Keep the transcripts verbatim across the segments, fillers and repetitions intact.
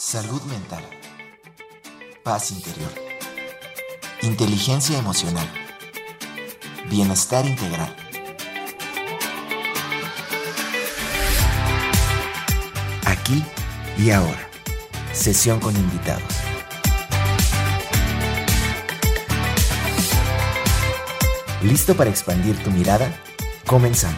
Salud mental, paz interior, inteligencia emocional, bienestar integral. Aquí y ahora, sesión con invitados. ¿Listo para expandir tu mirada? Comenzamos.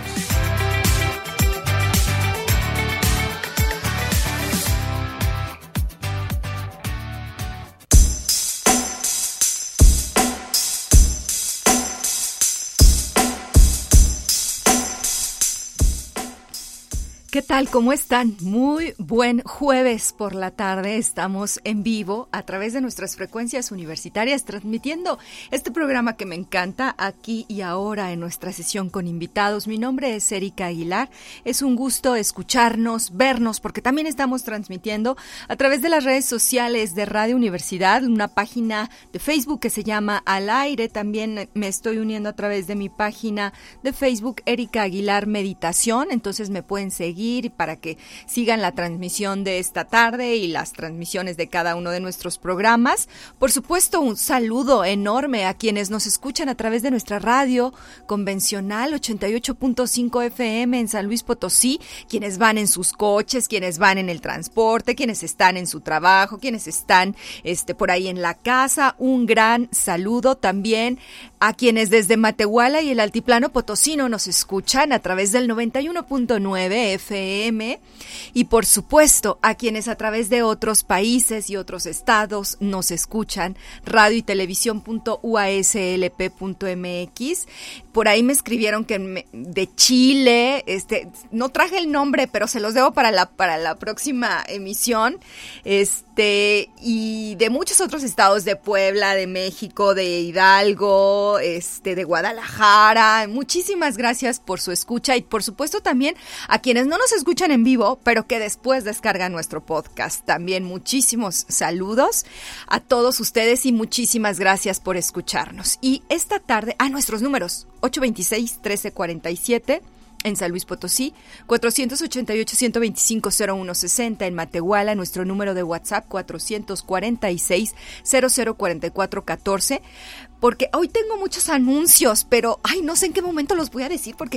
¿Qué tal? ¿Cómo están? Muy buen jueves por la tarde. Estamos en vivo a través de nuestras frecuencias universitarias transmitiendo este programa que me encanta aquí y ahora en nuestra sesión con invitados. Mi nombre es Erika Aguilar. Es un gusto escucharnos, vernos, porque también estamos transmitiendo a través de las redes sociales de Radio Universidad, una página de Facebook que se llama Al Aire. También me estoy uniendo a través de mi página de Facebook Erika Aguilar Meditación. Entonces me pueden seguir y para que sigan la transmisión de esta tarde y las transmisiones de cada uno de nuestros programas. Por supuesto, un saludo enorme a quienes nos escuchan a través de nuestra radio convencional ochenta y ocho punto cinco F M en San Luis Potosí, quienes van en sus coches, quienes van en el transporte, quienes están en su trabajo, quienes están este, por ahí en la casa. Un gran saludo también a quienes desde Matehuala y el Altiplano Potosino nos escuchan a través del noventa y uno punto nueve F M y por supuesto a quienes a través de otros países y otros estados nos escuchan, radio y televisión punto u a s l p punto m x. Por ahí me escribieron que me, de Chile, este, no traje el nombre, pero se los debo para la para la próxima emisión, este, y de muchos otros estados, de Puebla, de México, de Hidalgo, este, de Guadalajara. Muchísimas gracias por su escucha y por supuesto también a quienes no nos escuchan en vivo, pero que después descargan nuestro podcast. También muchísimos saludos a todos ustedes y muchísimas gracias por escucharnos. Y esta tarde, a nuestros números, ocho veintiséis, trece cuarenta y siete en San Luis Potosí, cuatrocientos ochenta y ocho, ciento veinticinco, cero uno sesenta en Matehuala, nuestro número de WhatsApp cuatrocientos cuarenta y seis, cero cero cuarenta y cuatro catorce, porque hoy tengo muchos anuncios, pero ay, no sé en qué momento los voy a decir porque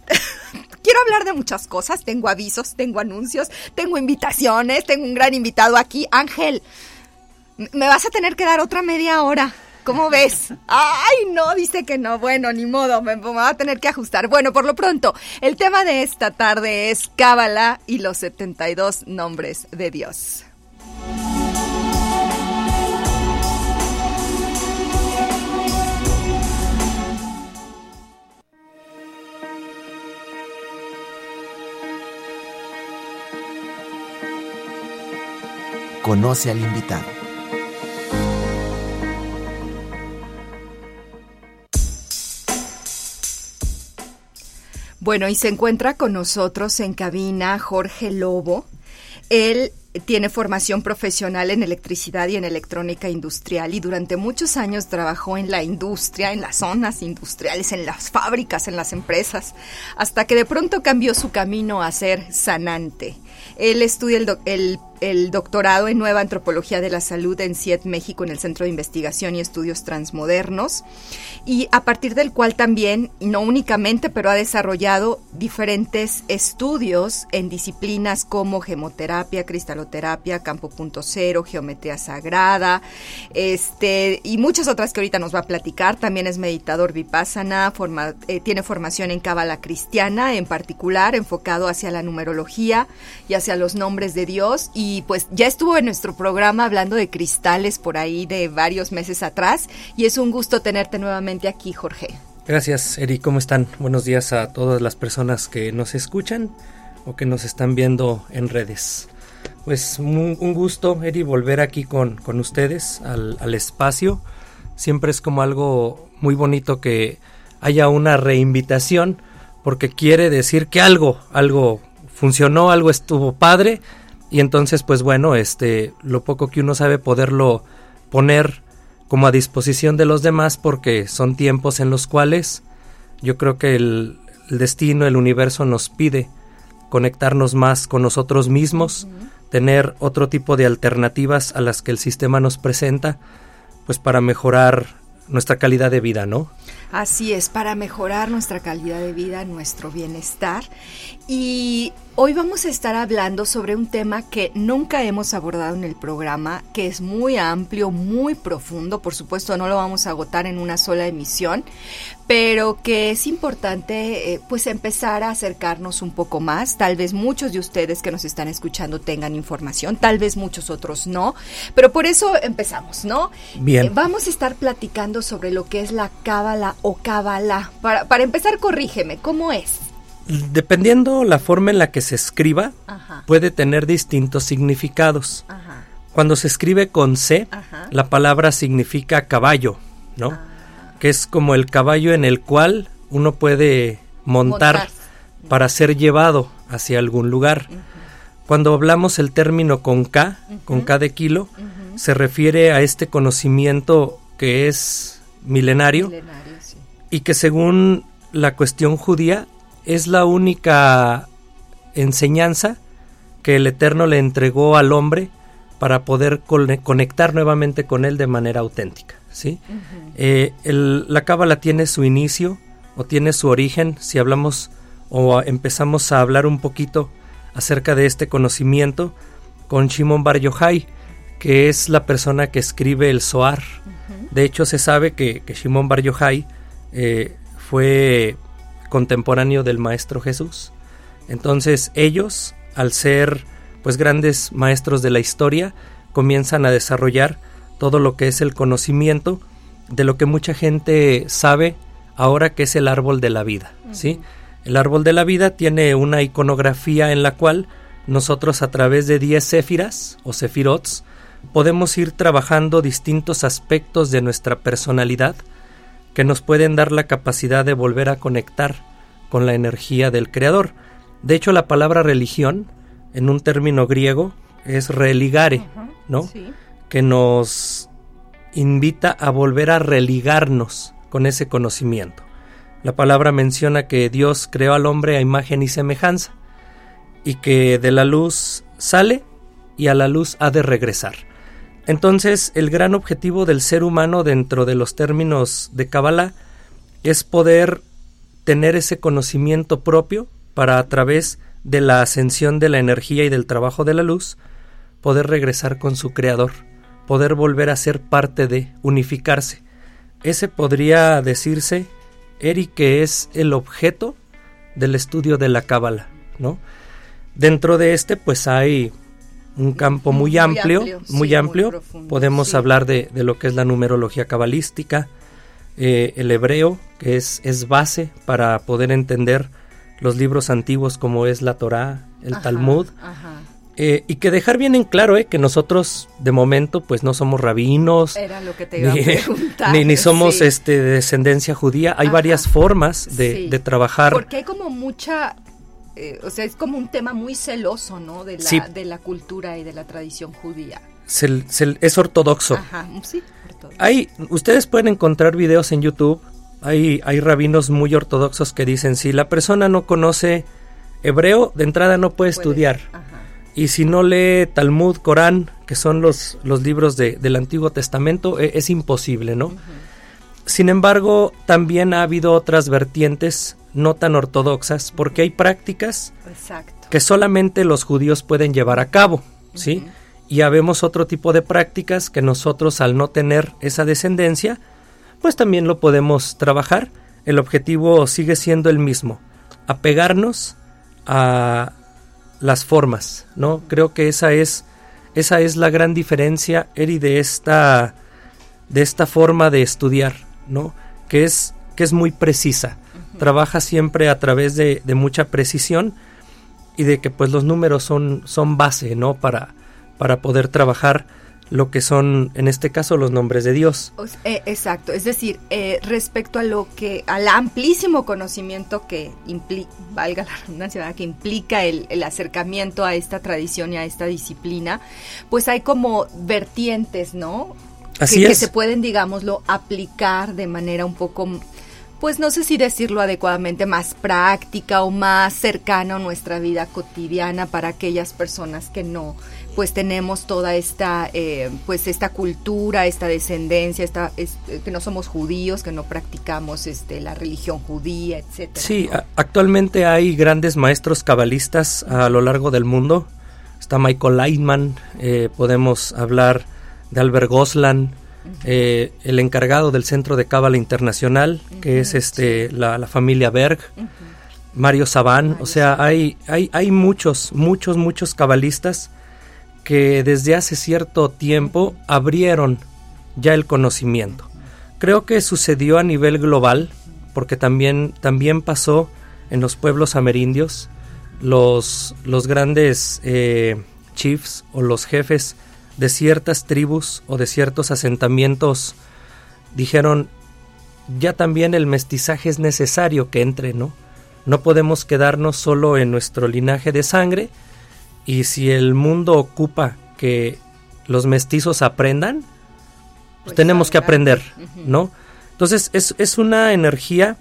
quiero hablar de muchas cosas. Tengo avisos, tengo anuncios, tengo invitaciones, tengo un gran invitado aquí. Ángel, me vas a tener que dar otra media hora. ¿Cómo ves? Ay, no, dice que no. Bueno, ni modo, me, me va a tener que ajustar. Bueno, por lo pronto, el tema de esta tarde es Cábala y los setenta y dos nombres de Dios. Conoce al invitado. Bueno, y se encuentra con nosotros en cabina Jorge Lobo. Él tiene formación profesional en electricidad y en electrónica industrial y durante muchos años trabajó en la industria, en las zonas industriales, en las fábricas, en las empresas, hasta que de pronto cambió su camino a ser sanante. Él estudia el, do- el, el doctorado en Nueva Antropología de la Salud en C I E T México, en el Centro de Investigación y Estudios Transmodernos, y a partir del cual también, no únicamente, pero ha desarrollado diferentes estudios en disciplinas como gemoterapia, cristaloterapia, campo punto cero, geometría sagrada, este, y muchas otras que ahorita nos va a platicar. También es meditador vipassana, forma, eh, tiene formación en cábala cristiana, en particular enfocado hacia la numerología y hacia los nombres de Dios, y pues ya estuvo en nuestro programa hablando de cristales por ahí de varios meses atrás, y es un gusto tenerte nuevamente aquí, Jorge. Gracias, Eri, ¿cómo están? Buenos días a todas las personas que nos escuchan o que nos están viendo en redes. Pues un, un gusto, Eri, volver aquí con, con ustedes al, al espacio. Siempre es como algo muy bonito que haya una reinvitación, porque quiere decir que algo, algo funcionó, algo estuvo padre, y entonces pues bueno, este, lo poco que uno sabe poderlo poner como a disposición de los demás, porque son tiempos en los cuales yo creo que el, el destino, el universo nos pide conectarnos más con nosotros mismos, uh-huh. tener otro tipo de alternativas a las que el sistema nos presenta, pues para mejorar nuestra calidad de vida, ¿no? Así es, para mejorar nuestra calidad de vida, nuestro bienestar. Y hoy vamos a estar hablando sobre un tema que nunca hemos abordado en el programa, que es muy amplio, muy profundo. Por supuesto, no lo vamos a agotar en una sola emisión, pero que es importante eh, pues empezar a acercarnos un poco más. Tal vez muchos de ustedes que nos están escuchando tengan información, tal vez muchos otros no, pero por eso empezamos, ¿no? Bien. Eh, vamos a estar platicando sobre lo que es la cábala o cábala. Para, para empezar, corrígeme, ¿cómo es? Dependiendo la forma en la que se escriba, Ajá. puede tener distintos significados. Ajá. Cuando se escribe con C, Ajá. la palabra significa caballo, ¿no? Ah. Que es como el caballo en el cual uno puede montar Montar. para ser llevado hacia algún lugar. Uh-huh. Cuando hablamos el término con K, Uh-huh. con K de kilo, Uh-huh. se refiere a este conocimiento que es milenario, Milenario, sí. y que según la cuestión judía es la única enseñanza que el Eterno le entregó al hombre para poder conectar nuevamente con él de manera auténtica, ¿sí? Uh-huh. Eh, el, la cábala tiene su inicio o tiene su origen, si hablamos o empezamos a hablar un poquito acerca de este conocimiento con Shimon Bar Yochai, que es la persona que escribe el Zohar. Uh-huh. De hecho, se sabe que, que Shimon Bar Yochai eh, fue contemporáneo del Maestro Jesús. Entonces ellos, al ser pues grandes maestros de la historia, comienzan a desarrollar todo lo que es el conocimiento de lo que mucha gente sabe ahora, que es el árbol de la vida, uh-huh. ¿sí? El árbol de la vida tiene una iconografía en la cual nosotros, a través de diez séfiras o sefirots, podemos ir trabajando distintos aspectos de nuestra personalidad que nos pueden dar la capacidad de volver a conectar con la energía del Creador. De hecho, la palabra religión, en un término griego, es religare, uh-huh, ¿no? Sí. Que nos invita a volver a religarnos con ese conocimiento. La palabra menciona que Dios creó al hombre a imagen y semejanza, y que de la luz sale y a la luz ha de regresar. Entonces, el gran objetivo del ser humano dentro de los términos de Kabbalah es poder tener ese conocimiento propio para, a través de la ascensión de la energía y del trabajo de la luz, poder regresar con su Creador, poder volver a ser parte de, unificarse. Ese podría decirse, Eric, que es el objeto del estudio de la Kabbalah, ¿no? Dentro de este, pues hay un campo muy, muy amplio, amplio, muy sí, amplio. Muy profundo, podemos sí. hablar de, de lo que es la numerología cabalística, eh, el hebreo, que es, es base para poder entender los libros antiguos como es la Torá, el ajá, Talmud, ajá. Eh, y que dejar bien en claro eh, que nosotros de momento pues no somos rabinos, era lo que te iba ni, a preguntar, ni, ni somos sí. este, de descendencia judía. Hay ajá. varias formas de, sí. de trabajar. Porque hay como mucha... Eh, o sea, es como un tema muy celoso, ¿no? De la, sí. de la cultura y de la tradición judía. Se, se, es ortodoxo. Ajá, sí, ortodoxo. Hay, ustedes pueden encontrar videos en YouTube. Hay, hay rabinos muy ortodoxos que dicen, si la persona no conoce hebreo, de entrada no puede, puede estudiar. Ajá. Y si no lee Talmud, Corán, que son los, los libros de, del Antiguo Testamento, es, es imposible, ¿no? Uh-huh. Sin embargo, también ha habido otras vertientes no tan ortodoxas, porque hay prácticas Exacto. que solamente los judíos pueden llevar a cabo, ¿sí? Uh-huh. Y habemos otro tipo de prácticas que nosotros, al no tener esa descendencia, pues también lo podemos trabajar. El objetivo sigue siendo el mismo, apegarnos a las formas, ¿no? Uh-huh. Creo que esa es, esa es la gran diferencia, Eri, de esta, de esta forma de estudiar, ¿no? Que es, que es muy precisa. Trabaja siempre a través de, de mucha precisión y de que pues los números son, son base, ¿no? Para, para poder trabajar lo que son, en este caso, los nombres de Dios. Eh, exacto, es decir, eh, respecto a lo que, al amplísimo conocimiento que implica, valga la redundancia, que implica el, el acercamiento a esta tradición y a esta disciplina, pues hay como vertientes, ¿no? Así que, es. que se pueden, digámoslo, aplicar de manera un poco pues no sé si decirlo adecuadamente, más práctica o más cercana a nuestra vida cotidiana para aquellas personas que no, pues tenemos toda esta, eh, pues esta cultura, esta descendencia, esta, este, que no somos judíos, que no practicamos este, la religión judía, etcétera. Sí, ¿no? a- actualmente hay grandes maestros cabalistas a lo largo del mundo. Está Michael Lightman, eh, podemos hablar de Albert Goslan, eh, el encargado del Centro de Cábala Internacional, uh-huh, que es este la, la familia Berg, uh-huh. Mario Saban, Mario o sea, Saban. hay hay hay muchos, muchos, muchos cabalistas que desde hace cierto tiempo abrieron ya el conocimiento. Creo que sucedió a nivel global, porque también, también pasó en los pueblos amerindios, los, los grandes eh, chiefs o los jefes de ciertas tribus o de ciertos asentamientos dijeron, ya también el mestizaje es necesario que entre, ¿no? No podemos quedarnos solo en nuestro linaje de sangre, y si el mundo ocupa que los mestizos aprendan, pues, pues tenemos que aprender, ¿no? Entonces es, es una energía,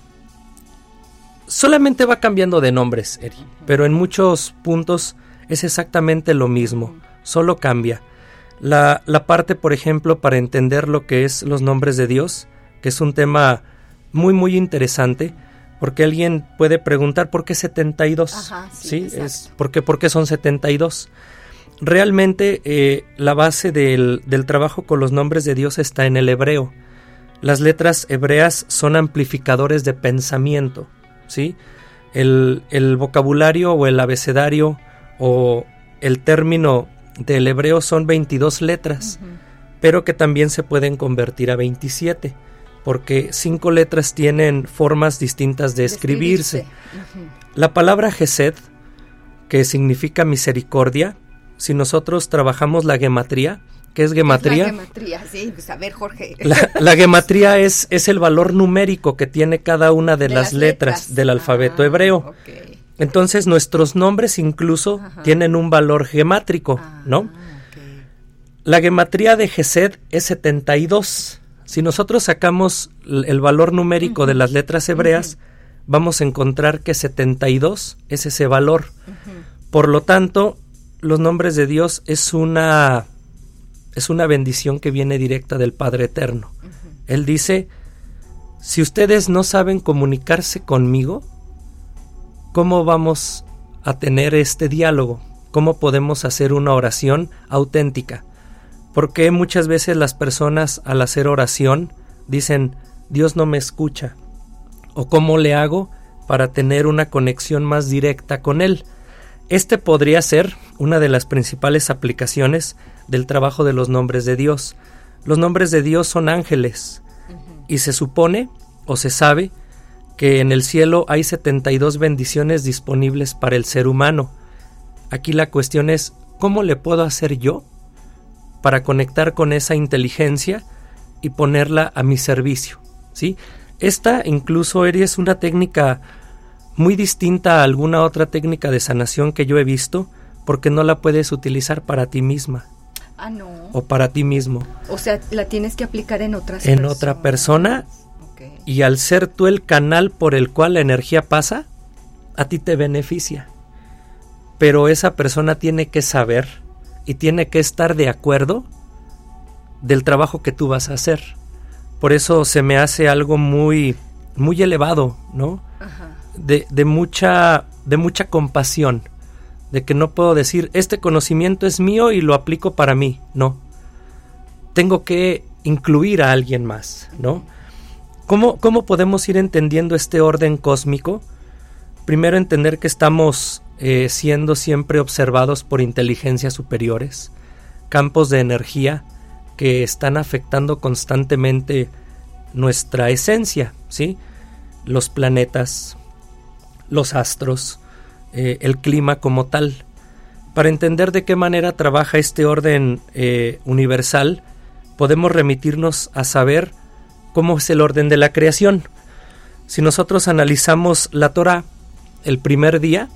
solamente va cambiando de nombres, Eri, uh-huh. pero en muchos puntos es exactamente lo mismo, uh-huh. solo cambia. La, la parte, por ejemplo, para entender lo que es los nombres de Dios, que es un tema muy, muy interesante, porque alguien puede preguntar ¿por qué setenta y dos? Ajá, sí, ¿sí? Es, ¿por qué, ¿Por qué son setenta y dos? Realmente eh, la base del, del trabajo con los nombres de Dios está en el hebreo. Las letras hebreas son amplificadores de pensamiento, ¿sí? El, el vocabulario o el abecedario o el término del hebreo son veintidós letras, uh-huh. pero que también se pueden convertir a veintisiete, porque cinco letras tienen formas distintas de, de escribirse. Uh-huh. La palabra Gesed, que significa misericordia, si nosotros trabajamos la gematría, ¿qué es gematría? Es la gematría, sí, pues a ver, Jorge. La, la gematría es, es el valor numérico que tiene cada una de, de las, las letras, letras del alfabeto ah, hebreo. Okay. Entonces nuestros nombres incluso Ajá. tienen un valor gemátrico, ah, ¿no? Okay. La gematría de Gesed es setenta y dos. Si nosotros sacamos el valor numérico uh-huh. de las letras hebreas, uh-huh. vamos a encontrar que setenta y dos es ese valor. Uh-huh. Por lo tanto, los nombres de Dios es una, es una bendición que viene directa del Padre Eterno. Uh-huh. Él dice, si ustedes no saben comunicarse conmigo, ¿cómo vamos a tener este diálogo? ¿Cómo podemos hacer una oración auténtica? Porque muchas veces las personas al hacer oración dicen, Dios no me escucha, o ¿cómo le hago para tener una conexión más directa con Él? Este podría ser una de las principales aplicaciones del trabajo de los nombres de Dios. Los nombres de Dios son ángeles, uh-huh. y se supone, o se sabe, que en el cielo hay setenta y dos bendiciones disponibles para el ser humano. Aquí la cuestión es, ¿cómo le puedo hacer yo para conectar con esa inteligencia y ponerla a mi servicio? ¿Sí? Esta incluso, Eri, es una técnica muy distinta a alguna otra técnica de sanación que yo he visto, porque no la puedes utilizar para ti misma. Ah, no. O para ti mismo. O sea, la tienes que aplicar en otras en personas. otra persona. Okay. Y al ser tú el canal por el cual la energía pasa, a ti te beneficia. Pero esa persona tiene que saber y tiene que estar de acuerdo del trabajo que tú vas a hacer. Por eso se me hace algo muy, muy elevado, ¿no? Ajá. De, de mucha, de mucha compasión, de que no puedo decir, este conocimiento es mío y lo aplico para mí. No. Tengo que incluir a alguien más, ¿no? ¿Cómo, cómo podemos ir entendiendo este orden cósmico? Primero, entender que estamos eh, siendo siempre observados por inteligencias superiores, campos de energía que están afectando constantemente nuestra esencia, ¿sí? Los planetas, los astros, eh, el clima como tal. Para entender de qué manera trabaja este orden eh, universal, podemos remitirnos a saber cómo es el orden de la creación. Si nosotros analizamos la Torá, el primer día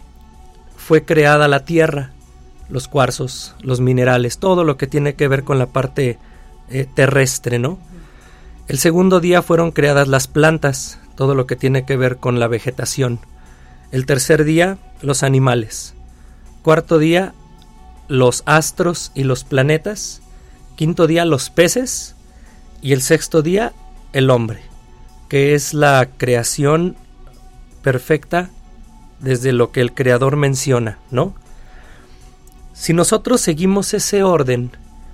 fue creada la tierra, los cuarzos, los minerales, todo lo que tiene que ver con la parte eh, terrestre, ¿no? El segundo día fueron creadas las plantas, todo lo que tiene que ver con la vegetación. El tercer día, los animales. Cuarto día, los astros y los planetas. Quinto día, los peces. Y el sexto día, el hombre, que es la creación perfecta desde lo que el Creador menciona, ¿no? Si nosotros seguimos ese orden,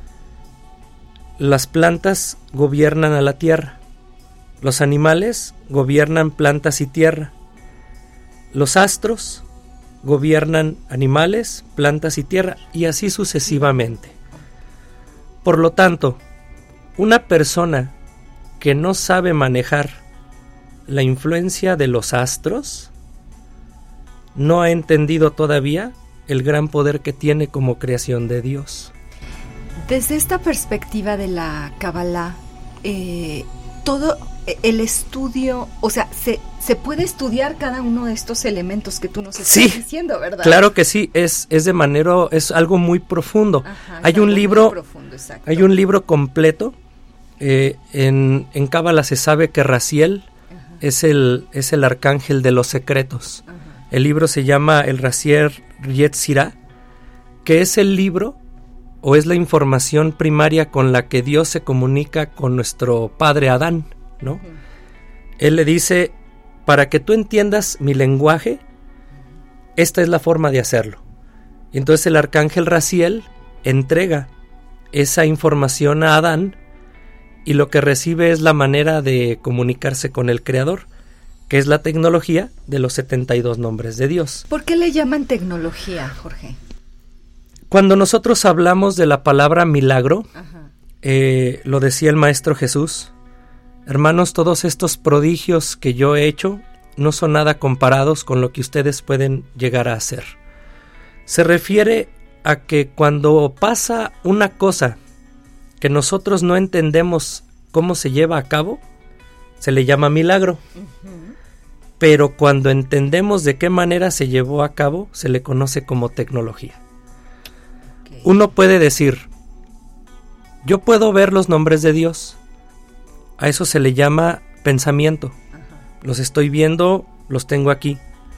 las plantas gobiernan a la tierra, los animales gobiernan plantas y tierra, los astros gobiernan animales, plantas y tierra, y así sucesivamente. Por lo tanto, una persona que no sabe manejar la influencia de los astros no ha entendido todavía el gran poder que tiene como creación de Dios. Desde esta perspectiva de la Kabbalah, eh, todo el estudio, o sea, se, se puede estudiar cada uno de estos elementos que tú nos estás sí, diciendo, ¿verdad? Claro que sí, es, es de manera, es algo muy profundo. Ajá, hay un libro, profundo, hay un libro completo. Eh, en, en Kabbalah se sabe que Raziel es el, es el arcángel de los secretos. Ajá. El libro se llama el Raziel Yetzirah, que es el libro o es la información primaria con la que Dios se comunica con nuestro padre Adán, ¿no? Uh-huh. Él le dice, para que tú entiendas mi lenguaje, esta es la forma de hacerlo. Y entonces el arcángel Raziel entrega esa información a Adán, y lo que recibe es la manera de comunicarse con el Creador, que es la tecnología de los setenta y dos nombres de Dios. ¿Por qué le llaman tecnología, Jorge? Cuando nosotros hablamos de la palabra milagro, eh, lo decía el Maestro Jesús, hermanos, todos estos prodigios que yo he hecho no son nada comparados con lo que ustedes pueden llegar a hacer. Se refiere a que cuando pasa una cosa que nosotros no entendemos cómo se lleva a cabo, se le llama milagro. Uh-huh. Pero cuando entendemos de qué manera se llevó a cabo, se le conoce como tecnología. Okay. Uno puede decir, yo puedo ver los nombres de Dios. A eso se le llama pensamiento. Uh-huh. Los estoy viendo, los tengo aquí.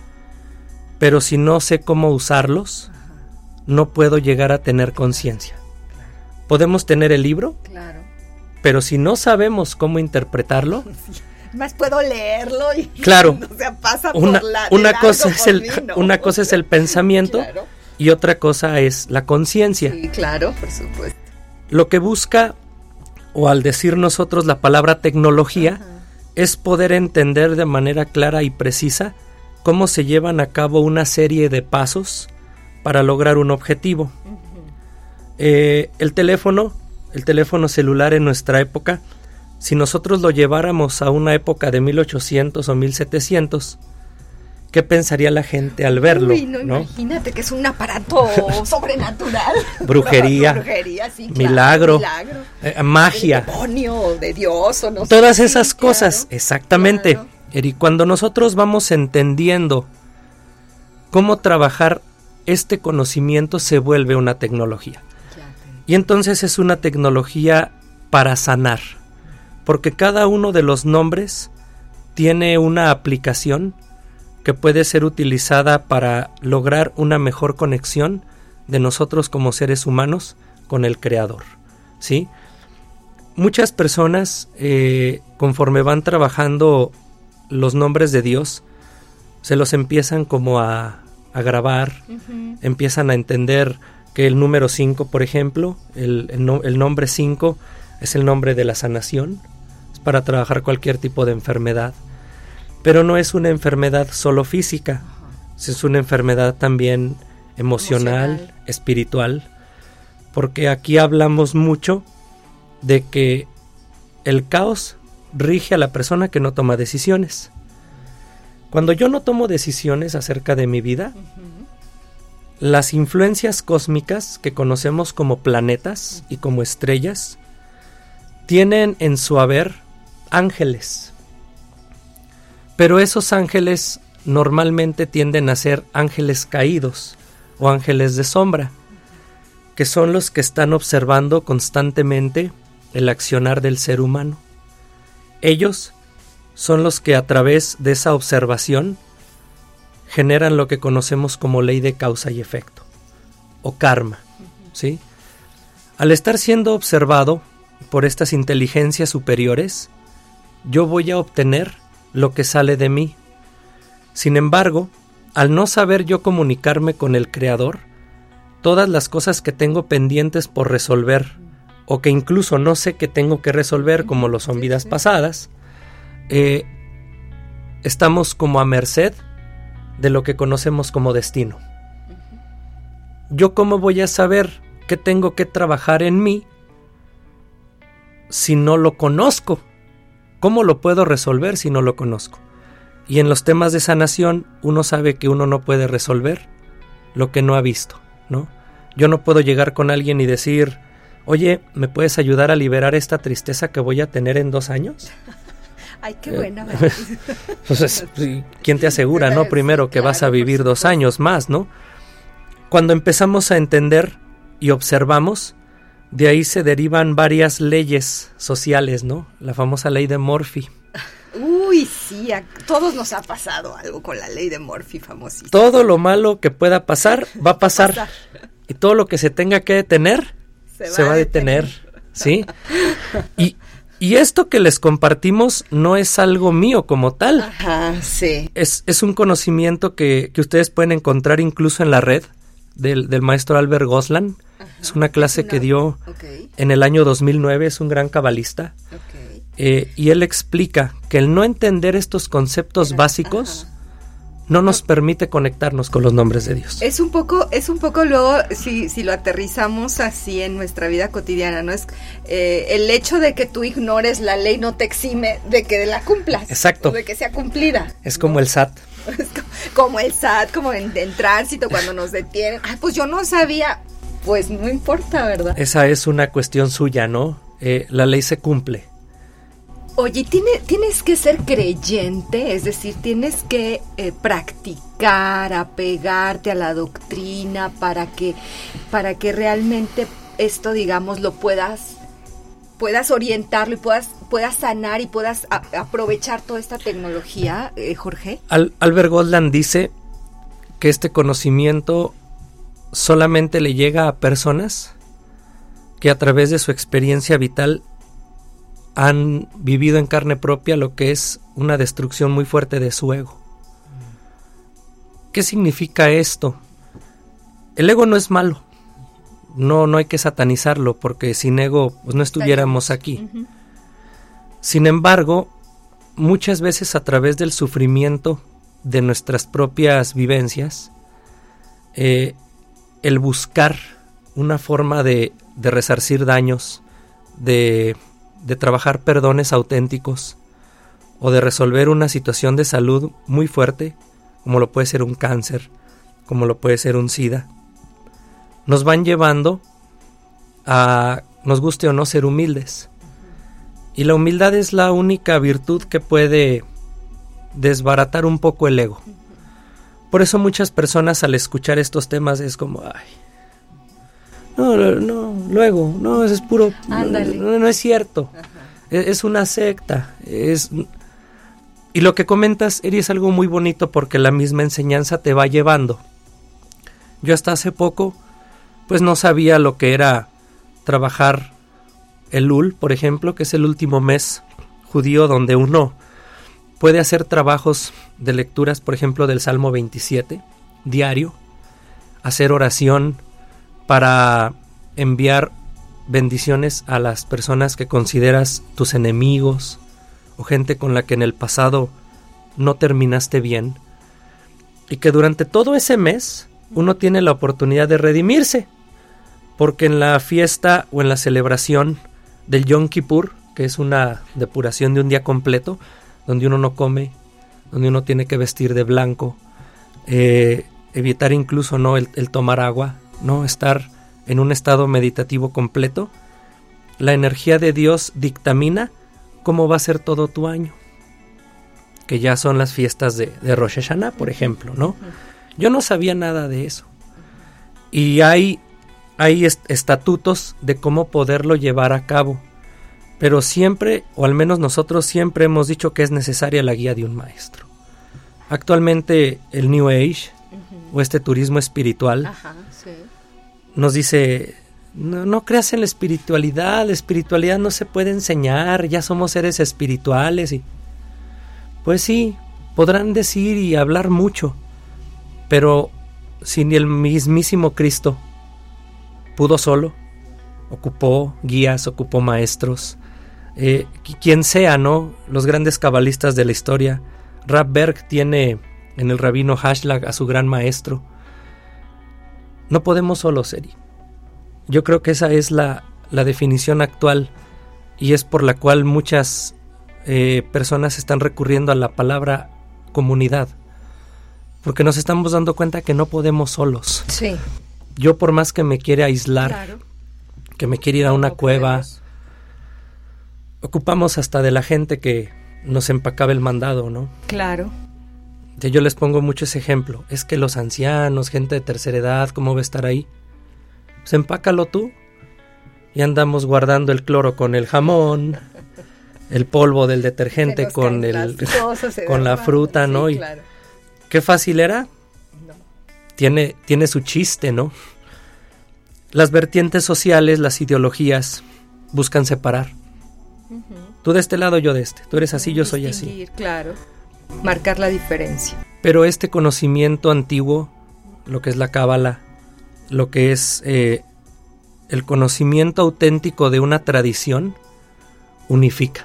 Pero si no sé cómo usarlos, uh-huh, no puedo llegar a tener conciencia. Claro. Podemos tener el libro, claro, pero si no sabemos cómo interpretarlo, más puedo leerlo y claro, o sea, pasa una, por la una cosa es el mí, ¿no? una cosa es el pensamiento, claro, y otra cosa es la conciencia. Sí, claro, por supuesto. Lo que busca, o al decir nosotros la palabra tecnología, ajá, es poder entender de manera clara y precisa cómo se llevan a cabo una serie de pasos para lograr un objetivo. Uh-huh. Eh, el teléfono, el teléfono celular en nuestra época, si nosotros lo lleváramos a una época de mil ochocientos o mil setecientos, ¿qué pensaría la gente al verlo? Uy, no, ¿no? Imagínate que es un aparato sobrenatural. Brujería, Brujería sí, claro, milagro, milagro. Eh, magia. El demonio de Dios o no sé. Todas esas sí, cosas, claro, claro. exactamente. Y cuando nosotros vamos entendiendo cómo trabajar este conocimiento, se vuelve una tecnología. Y entonces es una tecnología para sanar, porque cada uno de los nombres tiene una aplicación que puede ser utilizada para lograr una mejor conexión de nosotros como seres humanos con el Creador, ¿sí? Muchas personas, eh, conforme van trabajando los nombres de Dios, se los empiezan como a, a grabar, uh-huh, empiezan a entender que el número cinco, por ejemplo, el, el, no, el nombre cinco es el nombre de la sanación, es para trabajar cualquier tipo de enfermedad, pero no es una enfermedad solo física, uh-huh, es una enfermedad también emocional, emocional, espiritual, porque aquí hablamos mucho de que el caos rige a la persona que no toma decisiones. Cuando yo no tomo decisiones acerca de mi vida, uh-huh, las influencias cósmicas que conocemos como planetas y como estrellas tienen en su haber ángeles. Pero esos ángeles normalmente tienden a ser ángeles caídos o ángeles de sombra, que son los que están observando constantemente el accionar del ser humano. ellos son los que a través de esa observación generan lo que conocemos como ley de causa y efecto, o karma, ¿sí? Al estar siendo observado por estas inteligencias superiores, yo voy a obtener lo que sale de mí. Sin embargo, al no saber yo comunicarme con el Creador, todas las cosas que tengo pendientes por resolver, o que incluso no sé que tengo que resolver, como lo son vidas pasadas, eh, estamos como a merced de lo que conocemos como destino. ¿Yo cómo voy a saber qué tengo que trabajar en mí si no lo conozco? ¿Cómo lo puedo resolver si no lo conozco? Y en los temas de sanación, uno sabe que uno no puede resolver lo que no ha visto, ¿no? Yo no puedo llegar con alguien y decir, oye, ¿me puedes ayudar a liberar esta tristeza que voy a tener en dos años? Ay, qué buena. Entonces, ¿quién te asegura, no? Primero que vas a vivir dos años más, ¿no? Cuando empezamos a entender y observamos, de ahí se derivan varias leyes sociales, ¿no? La famosa ley de Murphy. Uy, sí, a todos nos ha pasado algo con la ley de Murphy famosísima. Todo lo malo que pueda pasar, va a pasar. Va a pasar. Y todo lo que se tenga que detener, se va, se va a detener, detener. ¿Sí? Y, y esto que les compartimos no es algo mío como tal. Ajá, sí. Es, es un conocimiento que, que ustedes pueden encontrar incluso en la red del, del maestro Albert Goslan. Ajá. Es una clase es una, que dio okay. en el año dos mil nueve, es un gran cabalista. Okay. Eh, y él explica que el no entender estos conceptos Era, básicos... Ajá. no nos permite conectarnos con los nombres de Dios. Es un poco, es un poco luego, si, si lo aterrizamos así en nuestra vida cotidiana, ¿no? Es eh, el hecho de que tú ignores la ley no te exime de que la cumplas. Exacto. O de que sea cumplida. Es como ¿no? el S A T. Es como el S A T, como en, en tránsito, cuando nos detienen. Ay, pues yo no sabía. Pues no importa, ¿verdad? Esa es una cuestión suya, ¿no? Eh, la ley se cumple. Oye, ¿tiene, tienes que ser creyente, es decir, tienes que eh, practicar, apegarte a la doctrina para que, para que realmente esto, digamos, lo puedas, puedas orientarlo y puedas, puedas sanar y puedas a, aprovechar toda esta tecnología, eh, Jorge. Al, Albert Goslan dice que este conocimiento solamente le llega a personas que a través de su experiencia vital han vivido en carne propia lo que es una destrucción muy fuerte de su ego. ¿Qué significa esto? El ego no es malo, no, no hay que satanizarlo, porque sin ego pues, no estuviéramos aquí. Uh-huh. Sin embargo, muchas veces a través del sufrimiento de nuestras propias vivencias, eh, el buscar una forma de, de resarcir daños, de... de trabajar perdones auténticos o de resolver una situación de salud muy fuerte, como lo puede ser un cáncer, como lo puede ser un SIDA, nos van llevando a, nos guste o no, ser humildes. Y la humildad es la única virtud que puede desbaratar un poco el ego. Por eso muchas personas al escuchar estos temas es como, ay, No, no, luego, no, eso es puro, no, no, no es cierto, es, es una secta, es... Y lo que comentas, Eri, es algo muy bonito porque la misma enseñanza te va llevando. Yo hasta hace poco, pues no sabía lo que era trabajar el Elul, por ejemplo, que es el último mes judío donde uno puede hacer trabajos de lecturas, por ejemplo, del Salmo veintisiete, diario, hacer oración para enviar bendiciones a las personas que consideras tus enemigos o gente con la que en el pasado no terminaste bien, y que durante todo ese mes uno tiene la oportunidad de redimirse, porque en la fiesta o en la celebración del Yom Kippur, que es una depuración de un día completo, donde uno no come, donde uno tiene que vestir de blanco, eh, evitar incluso no el, el tomar agua, no estar en un estado meditativo completo, la energía de Dios dictamina cómo va a ser todo tu año, que ya son las fiestas de, de Rosh Hashanah, por ejemplo, ¿no? Yo no sabía nada de eso, y hay, hay est- estatutos de cómo poderlo llevar a cabo, pero siempre, o al menos nosotros siempre hemos dicho que es necesaria la guía de un maestro. Actualmente el New Age, uh-huh. o este turismo espiritual, Ajá, sí. nos dice, no, no creas en la espiritualidad, la espiritualidad no se puede enseñar, ya somos seres espirituales. Y pues sí, podrán decir y hablar mucho, pero si ni el mismísimo Cristo pudo solo, ocupó guías, ocupó maestros, eh, quien sea, ¿no? Los grandes cabalistas de la historia. Rav Berg tiene en el rabino Hashlag a su gran maestro. No podemos solos, Eri. Yo creo que esa es la, la definición actual, y es por la cual muchas eh, personas están recurriendo a la palabra comunidad, porque nos estamos dando cuenta que no podemos solos. Sí. Yo, por más que me quiere aislar, claro. que me quiere ir a una no cueva, podemos. Ocupamos hasta de la gente que nos empacaba el mandado, ¿no? Claro. Yo les pongo mucho ese ejemplo. Es que los ancianos, gente de tercera edad, ¿cómo va a estar ahí? Pues empácalo tú. Y andamos guardando el cloro con el jamón, el polvo del detergente con el cosas, con la fruta, ¿no? Sí, claro. Y qué fácil era. No. Tiene, tiene su chiste, ¿no? Las vertientes sociales, las ideologías, buscan separar. Uh-huh. Tú de este lado, yo de este. Tú eres así, yo soy así. Claro. Marcar la diferencia. Pero este conocimiento antiguo, lo que es la cábala, lo que es eh, el conocimiento auténtico de una tradición, unifica.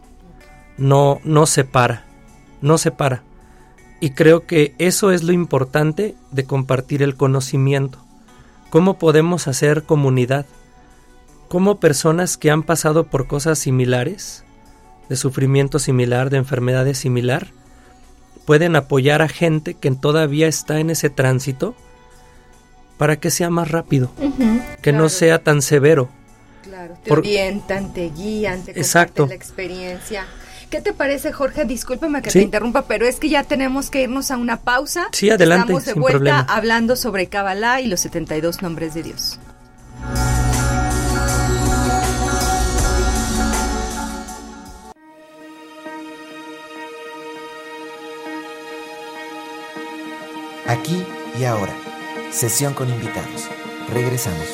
No, no separa. No separa. Y creo que eso es lo importante de compartir el conocimiento. ¿Cómo podemos hacer comunidad? ¿Cómo personas que han pasado por cosas similares, de sufrimiento similar, de enfermedades similar, pueden apoyar a gente que todavía está en ese tránsito para que sea más rápido, uh-huh, que claro. no sea tan severo? Claro, te por... orientan, te guían, te comparten la experiencia. ¿Qué te parece, Jorge? Discúlpame que ¿Sí? te interrumpa, pero es que ya tenemos que irnos a una pausa. Sí, adelante, Estamos de sin vuelta problema. hablando sobre Kabbalah y los setenta y dos nombres de Dios. Aquí y ahora, sesión con invitados. Regresamos.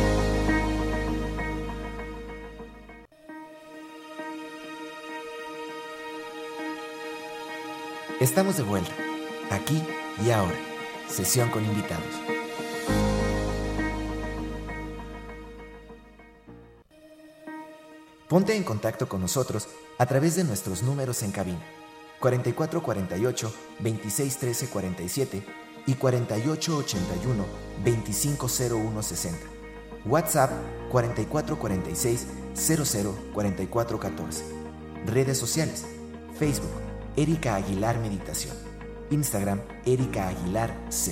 Estamos de vuelta, aquí y ahora, sesión con invitados. Ponte en contacto con nosotros a través de nuestros números en cabina, cuarenta y cuatro cuarenta y ocho, veintiséis trece cuarenta y siete y cuarenta y ocho ochenta y uno, veinticinco cero uno sesenta. WhatsApp cuarenta y cuatro cuarenta y seis, cero cero cuarenta y cuatro catorce. Redes sociales: Facebook, Erika Aguilar Meditación. Instagram, Erika Aguilar C.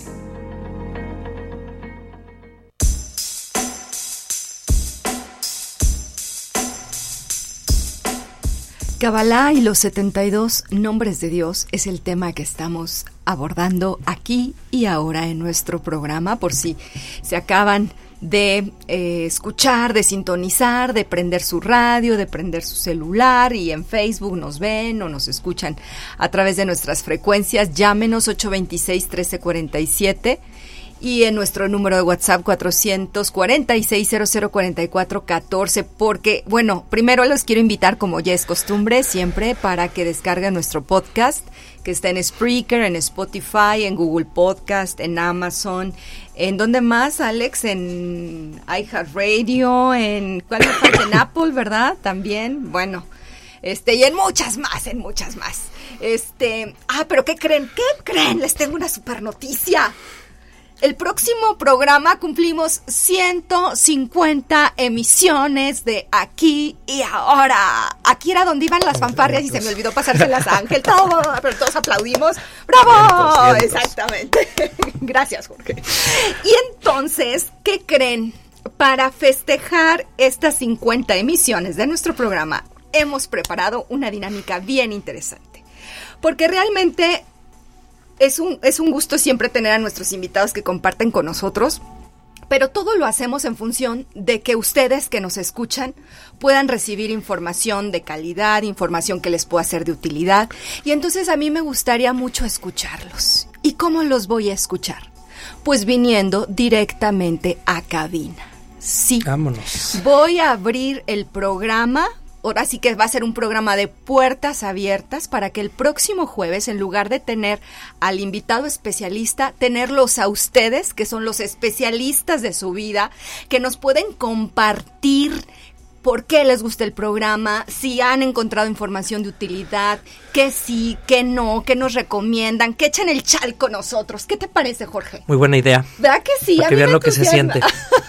Kabbalah y los setenta y dos nombres de Dios es el tema que estamos abordando aquí y ahora en nuestro programa. Por si se acaban de eh, escuchar, de sintonizar, de prender su radio, de prender su celular y en Facebook nos ven o nos escuchan a través de nuestras frecuencias, llámenos ocho dos seis, uno tres cuatro siete y en nuestro número de WhatsApp cuatrocientos cuarenta y seis, cero cero cuarenta y cuatro catorce, porque, bueno, primero los quiero invitar, como ya es costumbre, siempre para que descarguen nuestro podcast, que está en Spreaker, en Spotify, en Google Podcast, en Amazon, ¿en dónde más, Alex? En iHeartRadio, en, ¿cuál me falta? En Apple, ¿verdad? También, bueno, este, y en muchas más, en muchas más. Este, ah, pero ¿qué creen? ¿Qué creen? Les tengo una super noticia. El próximo programa cumplimos ciento cincuenta emisiones de Aquí y Ahora. Aquí era donde iban las fanfarrias y se me olvidó pasárselas a Ángel. Todo, pero todos aplaudimos. ¡Bravo! Cientos, cientos. Exactamente. Gracias, Jorge. Y entonces, ¿qué creen? Para festejar estas cincuenta emisiones de nuestro programa, hemos preparado una dinámica bien interesante. Porque realmente Es un, es un gusto siempre tener a nuestros invitados que comparten con nosotros, Pero todo lo hacemos en función de que ustedes que nos escuchan puedan recibir información de calidad, información que les pueda ser de utilidad. Y entonces a mí me gustaría mucho escucharlos. ¿Y cómo los voy a escuchar? Pues viniendo directamente a cabina. Sí. Vámonos. Voy a abrir el programa. Ahora sí que va a ser un programa de puertas abiertas para que el próximo jueves, en lugar de tener al invitado especialista, tenerlos a ustedes, que son los especialistas de su vida, que nos pueden compartir por qué les gusta el programa, si han encontrado información de utilidad, qué sí, qué no, qué nos recomiendan, que echen el chal con nosotros. ¿Qué te parece, Jorge? Muy buena idea. ¿Verdad que sí? Para que vean lo que se siente.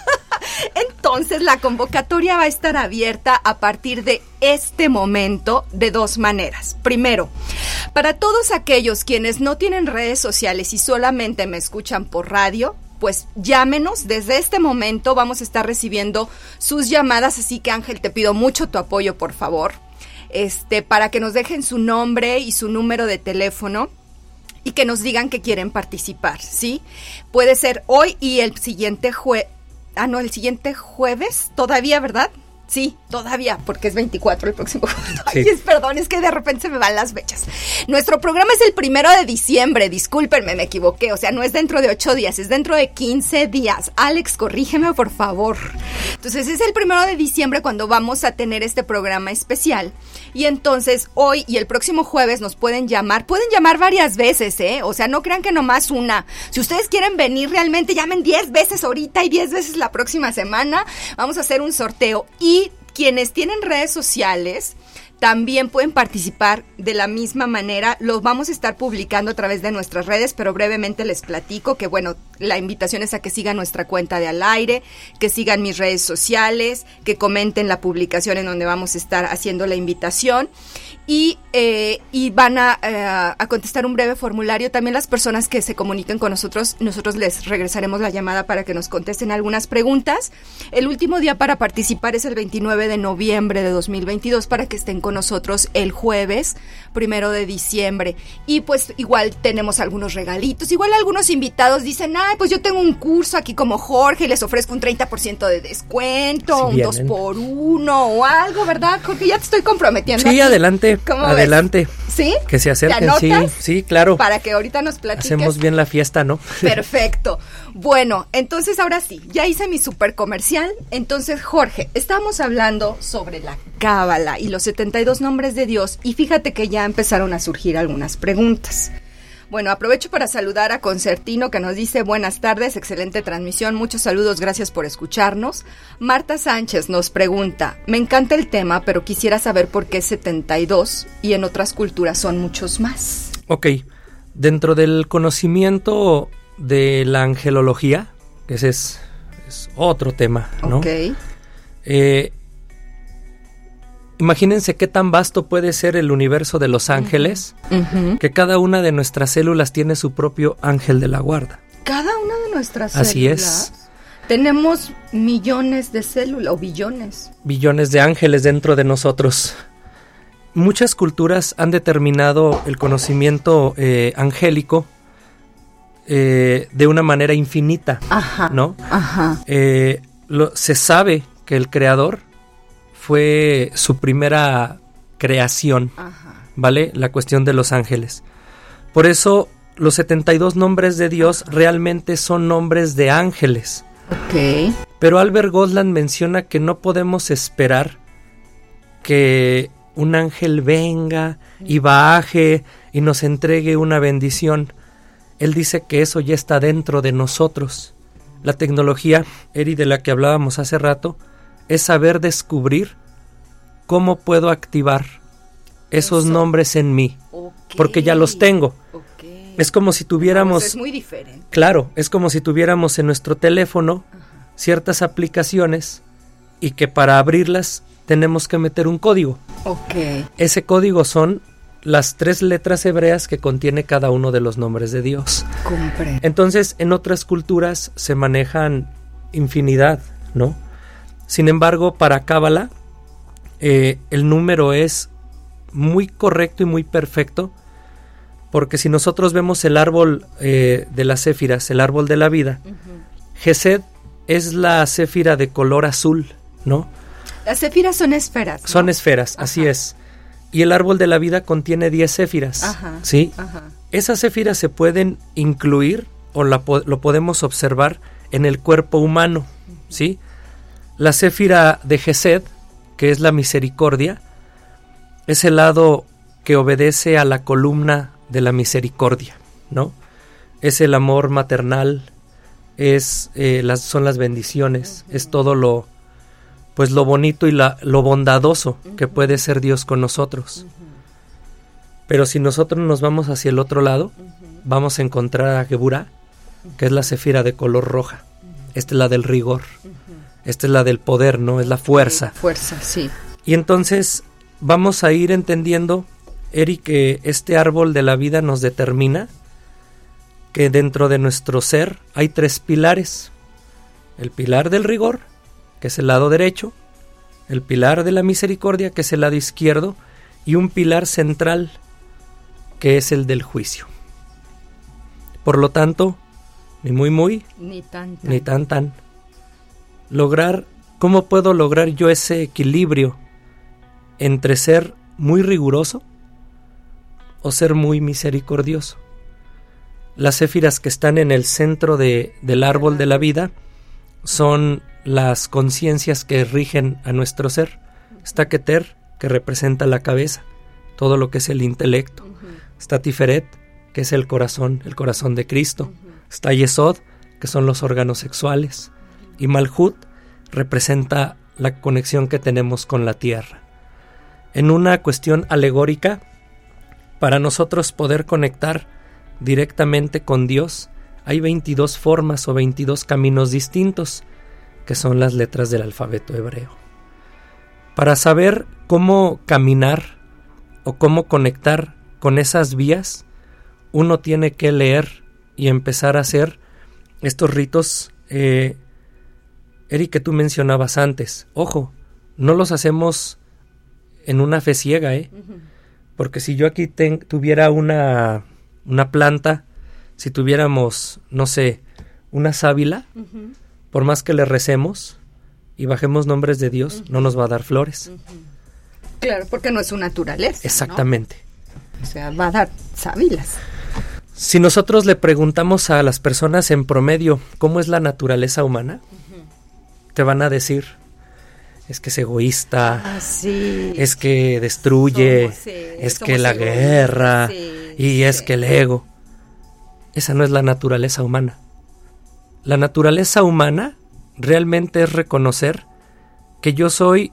Entonces, la convocatoria va a estar abierta a partir de este momento de dos maneras. Primero, para todos aquellos quienes no tienen redes sociales y solamente me escuchan por radio, pues llámenos. Desde este momento vamos a estar recibiendo sus llamadas, así que Ángel, te pido mucho tu apoyo, por favor, este, para que nos dejen su nombre y su número de teléfono y que nos digan que quieren participar, ¿sí? Puede ser hoy y el siguiente jueves. Ah, no, el siguiente jueves, todavía, ¿verdad? Sí, todavía, porque es veinticuatro el próximo jueves. Ay, sí. es, perdón, es que de repente se me van las fechas. Nuestro programa es el primero de diciembre, discúlpenme, me equivoqué. O sea, no es dentro de ocho días, es dentro de quince días. Alex, corrígeme, por favor. Entonces, es el primero de diciembre cuando vamos a tener este programa especial. Y entonces, hoy y el próximo jueves nos pueden llamar. Pueden llamar varias veces, ¿eh? O sea, no crean que nomás una. Si ustedes quieren venir realmente, llamen diez veces ahorita y diez veces la próxima semana. Vamos a hacer un sorteo. Y quienes tienen redes sociales también pueden participar de la misma manera. Los vamos a estar publicando a través de nuestras redes, pero brevemente les platico que, bueno, la invitación es a que sigan nuestra cuenta de Al Aire, que sigan mis redes sociales, que comenten la publicación en donde vamos a estar haciendo la invitación. Y, eh, y van a, eh, a contestar un breve formulario. También las personas que se comuniquen con nosotros, nosotros les regresaremos la llamada para que nos contesten algunas preguntas. El último día para participar es el veintinueve de noviembre de dos mil veintidós, para que estén con nosotros el jueves primero de diciembre. Y pues igual tenemos algunos regalitos. Igual algunos invitados dicen, ay, pues yo tengo un curso aquí como Jorge y les ofrezco un treinta por ciento de descuento, si un dos por uno o algo, ¿verdad, Jorge? Ya te estoy comprometiendo. Sí, aquí. Adelante. Adelante. Ves? ¿Sí? Que se acerquen, sí, sí, claro. Para que ahorita nos platiques. Hacemos bien la fiesta, ¿no? Perfecto. Bueno, entonces ahora sí, ya hice mi super comercial. Entonces, Jorge, estamos hablando sobre la Cábala y los setenta y dos nombres de Dios, y fíjate que ya empezaron a surgir algunas preguntas. Bueno, aprovecho para saludar a Concertino, que nos dice buenas tardes, excelente transmisión, muchos saludos, gracias por escucharnos. Marta Sánchez nos pregunta, me encanta el tema, pero quisiera saber por qué setenta y dos y en otras culturas son muchos más. Ok, dentro del conocimiento de la angelología, que ese es, es otro tema, ¿no? Ok. Eh, Imagínense qué tan vasto puede ser el universo de los ángeles, uh-huh. que cada una de nuestras células tiene su propio ángel de la guarda. ¿Cada una de nuestras Así células? Así es. Tenemos millones de células, o billones. Billones de ángeles dentro de nosotros. Muchas culturas han determinado el conocimiento eh, angélico eh, de una manera infinita, ajá, ¿no? Ajá. Eh, lo, se sabe que el creador fue su primera creación, ajá, ¿vale? La cuestión de los ángeles. Por eso los setenta y dos nombres de Dios realmente son nombres de ángeles. Ok. Pero Albert Gosland menciona que no podemos esperar que un ángel venga y baje y nos entregue una bendición. Él dice que eso ya está dentro de nosotros. La tecnología, Eri, de la que hablábamos hace rato, es saber descubrir cómo puedo activar esos Eso. nombres en mí, okay. porque ya los tengo. Okay. Es como si tuviéramos... Pues es muy diferente. Claro, es como si tuviéramos en nuestro teléfono Ajá. ciertas aplicaciones y que para abrirlas tenemos que meter un código. Okay. Ese código son las tres letras hebreas que contiene cada uno de los nombres de Dios. Comprendo. Entonces, en otras culturas se manejan infinidad, ¿no? Sin embargo, para Cábala, eh, el número es muy correcto y muy perfecto, porque si nosotros vemos el árbol eh, de las céfiras, el árbol de la vida, uh-huh. Gesed es la céfira de color azul, ¿no? Las céfiras son esferas, ¿no? Son esferas, Ajá. así es. Y el árbol de la vida contiene diez céfiras, Ajá. ¿sí? Ajá. Esas céfiras se pueden incluir o la, lo podemos observar en el cuerpo humano, ¿sí? La céfira de Gesed, que es la misericordia, es el lado que obedece a la columna de la misericordia, ¿no? Es el amor maternal, es eh, las, son las bendiciones, uh-huh. es todo lo, pues lo bonito y la, lo bondadoso uh-huh. que puede ser Dios con nosotros. Uh-huh. Pero si nosotros nos vamos hacia el otro lado, uh-huh. vamos a encontrar a Geburah, que es la céfira de color roja. Uh-huh. Esta es la del rigor. Uh-huh. Esta es la del poder, ¿no? Es la fuerza. Sí, fuerza, sí. Y entonces vamos a ir entendiendo, Eri, que este árbol de la vida nos determina que dentro de nuestro ser hay tres pilares. El pilar del rigor, que es el lado derecho, el pilar de la misericordia, que es el lado izquierdo, y un pilar central, que es el del juicio. Por lo tanto, ni muy muy, ni tan tan, ni tan tan. Lograr, ¿cómo puedo lograr yo ese equilibrio entre ser muy riguroso o ser muy misericordioso? Las céfiras que están en el centro de, del árbol de la vida son las conciencias que rigen a nuestro ser. Está Keter, que representa la cabeza, todo lo que es el intelecto. Uh-huh. Está Tiferet, que es el corazón, el corazón de Cristo. Uh-huh. Está Yesod, que son los órganos sexuales. Y Malhut representa la conexión que tenemos con la tierra. En una cuestión alegórica, para nosotros poder conectar directamente con Dios, hay veintidós formas o veintidós caminos distintos, que son las letras del alfabeto hebreo. Para saber cómo caminar o cómo conectar con esas vías, uno tiene que leer y empezar a hacer estos ritos, eh, Eric, que tú mencionabas antes. Ojo, no los hacemos en una fe ciega, ¿eh? Uh-huh. Porque si yo aquí ten, tuviera una... una planta, si tuviéramos, no sé, una sábila, uh-huh. por más que le recemos y bajemos nombres de Dios, uh-huh. no nos va a dar flores. Uh-huh. Claro, porque no es su naturaleza. Exactamente. ¿No? O sea, va a dar sábilas. Si nosotros le preguntamos a las personas en promedio cómo es la naturaleza humana, uh-huh. te van a decir, es que es egoísta, ah, sí. es que destruye, somos, sí, es que la egoístas, guerra, sí, y es sí. que el ego. Esa no es la naturaleza humana. La naturaleza humana realmente es reconocer que yo soy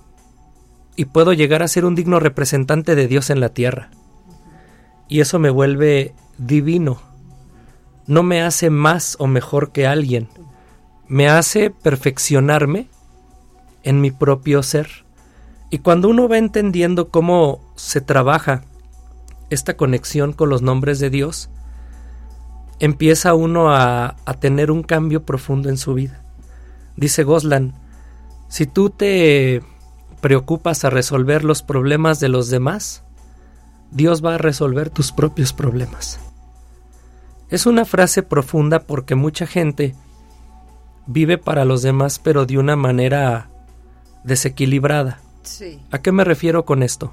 y puedo llegar a ser un digno representante de Dios en la tierra. Y eso me vuelve divino. No me hace más o mejor que alguien. Me hace perfeccionarme en mi propio ser. Y cuando uno va entendiendo cómo se trabaja esta conexión con los nombres de Dios, empieza uno a, a tener un cambio profundo en su vida. Dice Goslan, si tú te preocupas a resolver los problemas de los demás, Dios va a resolver tus propios problemas. Es una frase profunda porque mucha gente vive para los demás, pero de una manera desequilibrada. Sí. ¿A qué me refiero con esto?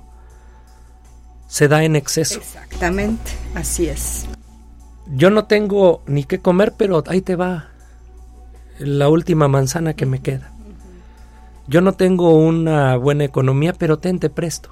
Se da en exceso. Exactamente, así es. Yo no tengo ni qué comer, pero ahí te va la última manzana que me queda. Yo no tengo una buena economía, pero ten, te presto.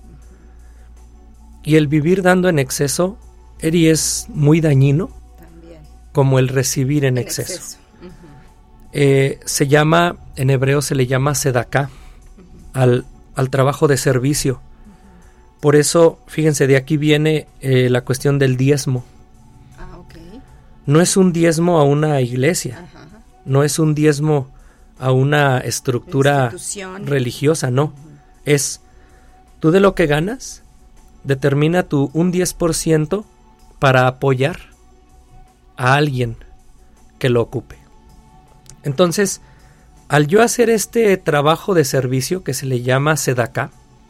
Y el vivir dando en exceso, Eri, es muy dañino. También. Como el recibir en, en exceso. exceso. Uh-huh. Eh, se llama, en hebreo se le llama sedaká, uh-huh. al, al trabajo de servicio. Uh-huh. Por eso, fíjense, de aquí viene eh, la cuestión del diezmo. Ah, okay. No es un diezmo a una iglesia, uh-huh. no es un diezmo a una estructura religiosa, no. Uh-huh. Es, tú de lo que ganas, determina tu un diez por ciento para apoyar a alguien que lo ocupe. Entonces, al yo hacer este trabajo de servicio que se le llama sedaká,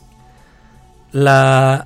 la,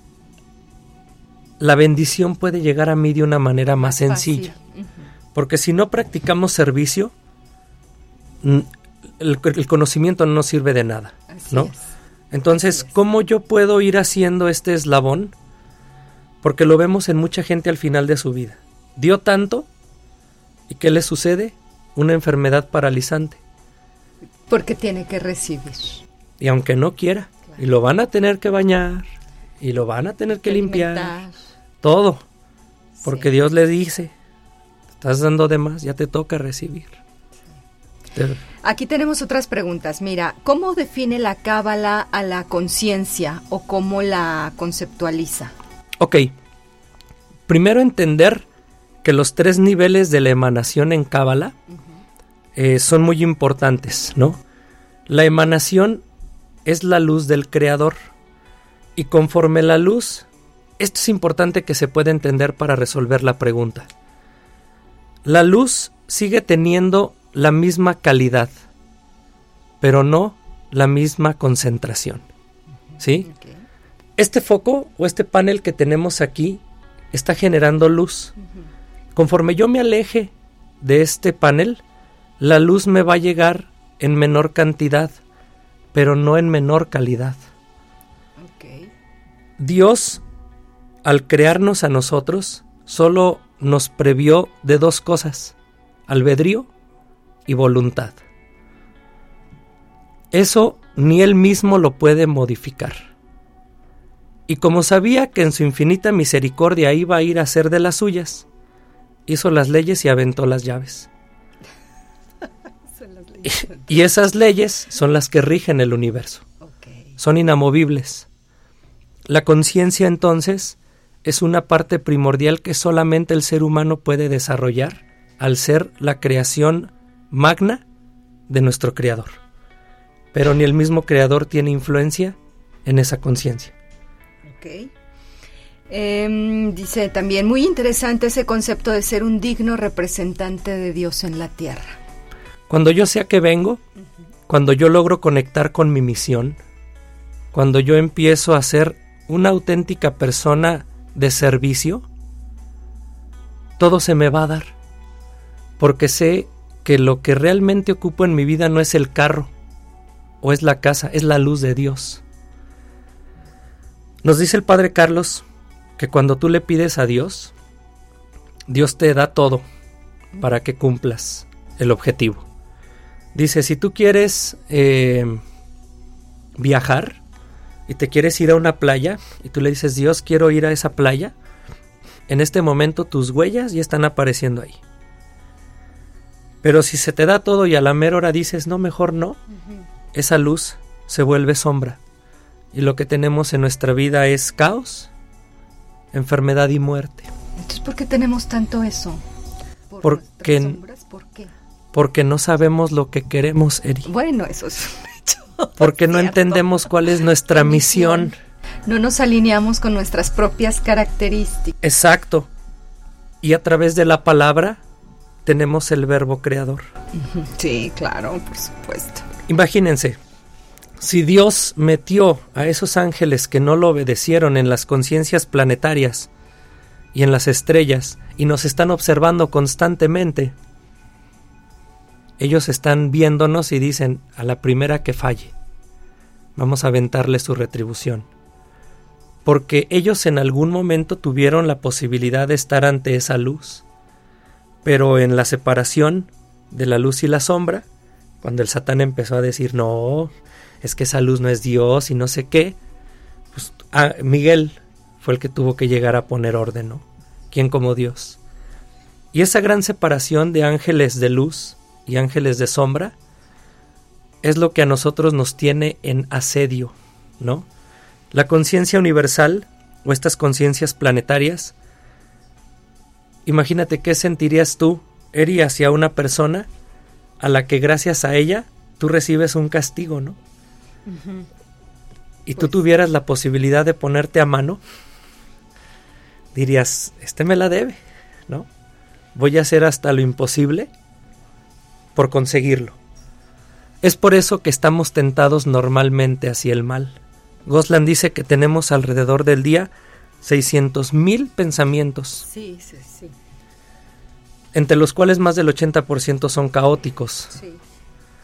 la bendición puede llegar a mí de una manera más sencilla. Uh-huh. Porque si no practicamos servicio, el, el conocimiento no nos sirve de nada, Así ¿no? es. Entonces, Así es. ¿cómo yo puedo ir haciendo este eslabón? Porque lo vemos en mucha gente al final de su vida. Dio tanto, ¿y qué le sucede? Una enfermedad paralizante. Porque tiene que recibir. Y aunque no quiera, Claro. y lo van a tener que bañar, y lo van a tener que limpiar, alimentar. todo. Porque Sí. Dios le dice, estás dando de más, ya te toca recibir. Te- Aquí tenemos otras preguntas. Mira, ¿cómo define la Cábala a la conciencia o cómo la conceptualiza? Ok, primero entender que los tres niveles de la emanación en Cábala eh, son muy importantes, ¿no? La emanación es la luz del Creador, y conforme la luz, esto es importante que se pueda entender para resolver la pregunta. La luz sigue teniendo la misma calidad, pero no la misma concentración, ¿sí? Ok. Este foco o este panel que tenemos aquí está generando luz. Conforme yo me aleje de este panel, la luz me va a llegar en menor cantidad, pero no en menor calidad. Ok. Dios, al crearnos a nosotros, solo nos previó de dos cosas: albedrío y voluntad. Eso ni Él mismo lo puede modificar. Y como sabía que en su infinita misericordia iba a ir a hacer de las suyas, hizo las leyes y aventó las llaves. Y esas leyes son las que rigen el universo. Ok. Son inamovibles. La conciencia, entonces, es una parte primordial que solamente el ser humano puede desarrollar al ser la creación magna de nuestro Creador. Pero ni el mismo Creador tiene influencia en esa conciencia. Ok. Em, dice también, muy interesante ese concepto de ser un digno representante de Dios en la tierra. Cuando yo sé a qué vengo, cuando yo logro conectar con mi misión, cuando yo empiezo a ser una auténtica persona de servicio, todo se me va a dar, porque sé que lo que realmente ocupo en mi vida no es el carro o es la casa, es la luz de Dios. Nos dice el Padre Carlos que cuando tú le pides a Dios, Dios te da todo para que cumplas el objetivo. Dice, si tú quieres eh, viajar y te quieres ir a una playa y tú le dices, Dios, quiero ir a esa playa, en este momento tus huellas ya están apareciendo ahí. Pero si se te da todo y a la mera hora dices, no, mejor no, uh-huh. esa luz se vuelve sombra. Y lo que tenemos en nuestra vida es caos, enfermedad y muerte. Entonces, ¿por qué tenemos tanto eso? ¿Por porque, sombras? ¿Por qué? Porque no sabemos lo que queremos, Eri. Bueno, eso es un hecho. Porque no entendemos cuál es nuestra misión. No nos alineamos con nuestras propias características. Exacto. Y a través de la palabra tenemos el verbo creador. Sí, claro, por supuesto. Imagínense, si Dios metió a esos ángeles que no lo obedecieron en las conciencias planetarias y en las estrellas y nos están observando constantemente, ellos están viéndonos y dicen, a la primera que falle, vamos a aventarle su retribución. Porque ellos en algún momento tuvieron la posibilidad de estar ante esa luz, pero en la separación de la luz y la sombra, cuando el Satán empezó a decir, no, es que esa luz no es Dios y no sé qué, pues ah, Miguel fue el que tuvo que llegar a poner orden, ¿no? ¿Quién como Dios? Y esa gran separación de ángeles de luz y ángeles de sombra es lo que a nosotros nos tiene en asedio, ¿no? La conciencia universal o estas conciencias planetarias, imagínate qué sentirías tú, Eri, hacia una persona a la que gracias a ella tú recibes un castigo, ¿no? Uh-huh. Y pues, tú tuvieras la posibilidad de ponerte a mano, dirías, este me la debe, ¿no? Voy a hacer hasta lo imposible por conseguirlo. Es por eso que estamos tentados normalmente hacia el mal. Gosland dice que tenemos alrededor del día seiscientos mil pensamientos. Sí, sí, sí. Entre los cuales más del ochenta por ciento son caóticos. Sí.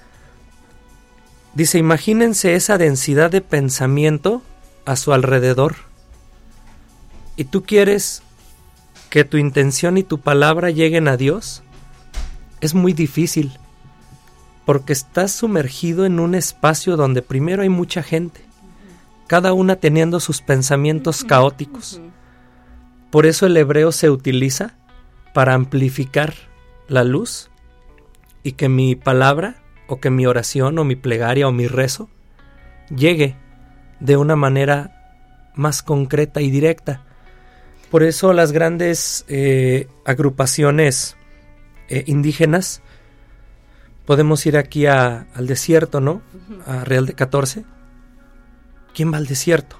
Dice, imagínense esa densidad de pensamiento a su alrededor. Y tú quieres que tu intención y tu palabra lleguen a Dios. Es muy difícil, porque estás sumergido en un espacio donde primero hay mucha gente, cada una teniendo sus pensamientos caóticos. Por eso el hebreo se utiliza para amplificar la luz y que mi palabra, o que mi oración, o mi plegaria, o mi rezo, llegue de una manera más concreta y directa. Por eso las grandes eh, agrupaciones eh, indígenas, podemos ir aquí a, al desierto, ¿no? A Real de catorce. ¿Quién va al desierto?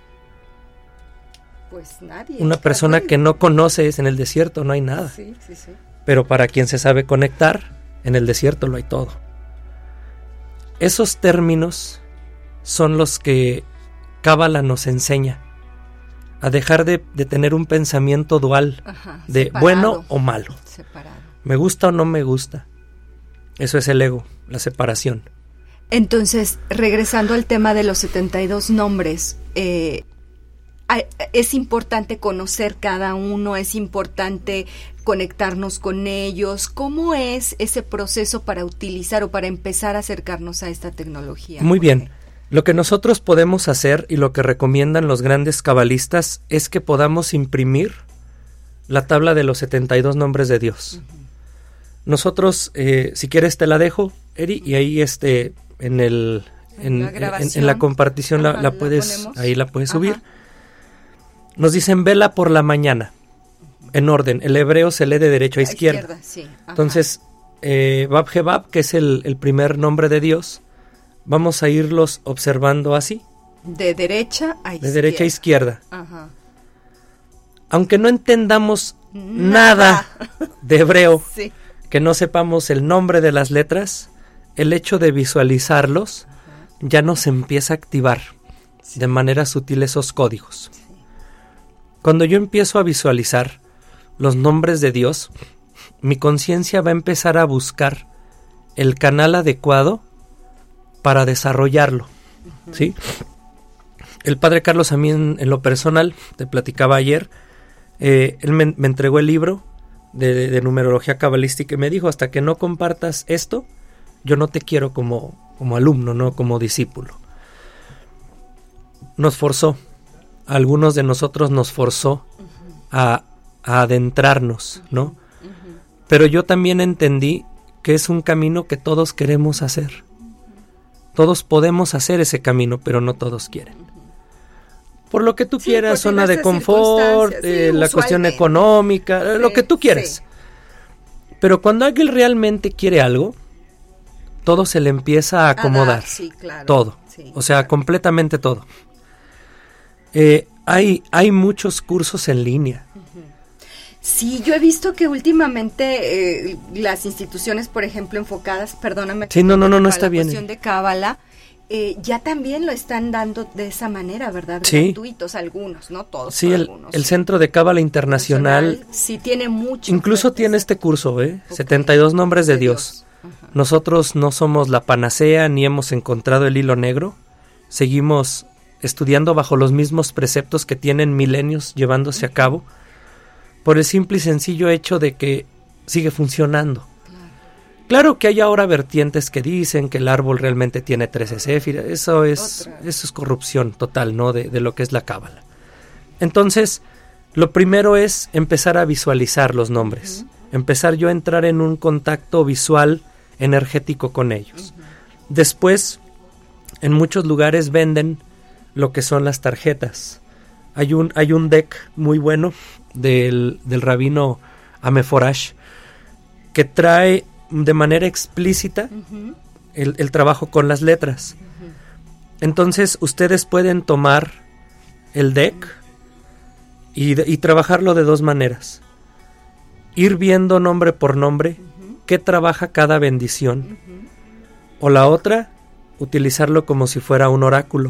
Pues nadie. Una persona que no conoces, en el desierto no hay nada. Sí, sí, sí. Pero para quien se sabe conectar, en el desierto lo hay todo. Esos términos son los que Cábala nos enseña a dejar de, de tener un pensamiento dual. Ajá, de separado. Bueno o malo. Separado. Me gusta o no me gusta. Eso es el ego, la separación. Entonces, regresando al tema de los setenta y dos nombres, eh, es importante conocer cada uno, es importante conectarnos con ellos. ¿Cómo es ese proceso para utilizar o para empezar a acercarnos a esta tecnología? Muy bien. Lo que nosotros podemos hacer y lo que recomiendan los grandes cabalistas es que podamos imprimir la tabla de los setenta y dos nombres de Dios. Uh-huh. Nosotros, eh, si quieres te la dejo, Eri, uh-huh. y ahí este en el en, en, en, en la compartición Ajá, la, la puedes la ahí la puedes Ajá. subir. Nos dicen vela por la mañana, en orden. El hebreo se lee de derecha a izquierda. izquierda sí. Entonces, eh, Bab-Jebab, que es el, el primer nombre de Dios, vamos a irlos observando así. De derecha a izquierda. De derecha a izquierda. Ajá. Aunque no entendamos nada, nada de hebreo, sí. que no sepamos el nombre de las letras, el hecho de visualizarlos Ajá. ya nos empieza a activar sí. de manera sutil esos códigos. Sí. Cuando yo empiezo a visualizar los nombres de Dios, mi conciencia va a empezar a buscar el canal adecuado para desarrollarlo, uh-huh. ¿sí? El padre Carlos, a mí en, en lo personal, te platicaba ayer, eh, él me, me entregó el libro de, de, de numerología cabalística y me dijo, hasta que no compartas esto, yo no te quiero como, como alumno, no como discípulo. Nos forzó, a algunos de nosotros nos forzó uh-huh. a, a adentrarnos, ¿no? Uh-huh. Pero yo también entendí que es un camino que todos queremos hacer. Todos podemos hacer ese camino, pero no todos quieren. Por lo que tú sí, quieras, zona de confort, eh, sí, la cuestión económica, sí, lo que tú quieras. Sí. Pero cuando alguien realmente quiere algo, todo se le empieza a acomodar. A dar, sí, claro. Todo. Sí, o sea, claro. completamente todo. Eh, hay, hay muchos cursos en línea. Sí, yo he visto que últimamente eh, las instituciones, por ejemplo, enfocadas, perdóname, sí, no, no, no, no está bien. La cuestión de Cábala, eh, ya también lo están dando de esa manera, ¿verdad? Sí. Gratuitos algunos, no todos. Sí, el, algunos. el Centro de Cábala Internacional. Sí, tiene mucho. Incluso tiene este curso, ¿eh? Okay. setenta y dos nombres de, de Dios. Dios. Nosotros no somos la panacea ni hemos encontrado el hilo negro. Seguimos estudiando bajo los mismos preceptos que tienen milenios llevándose uh-huh. a cabo. Por el simple y sencillo hecho de que sigue funcionando. Claro. Claro que hay ahora vertientes que dicen que el árbol realmente tiene trece céfiras. Eso es, eso es corrupción total, ¿no? De, de lo que es la cábala. Entonces, lo primero es empezar a visualizar los nombres. Uh-huh. Empezar yo a entrar en un contacto visual energético con ellos. Uh-huh. Después, en muchos lugares venden lo que son las tarjetas. Hay un, hay un deck muy bueno del, del rabino Ameforash que trae de manera explícita uh-huh. el, el trabajo con las letras. Uh-huh. Entonces ustedes pueden tomar el deck y, y trabajarlo de dos maneras. Ir viendo nombre por nombre uh-huh. qué trabaja cada bendición. Uh-huh. O la otra, utilizarlo como si fuera un oráculo.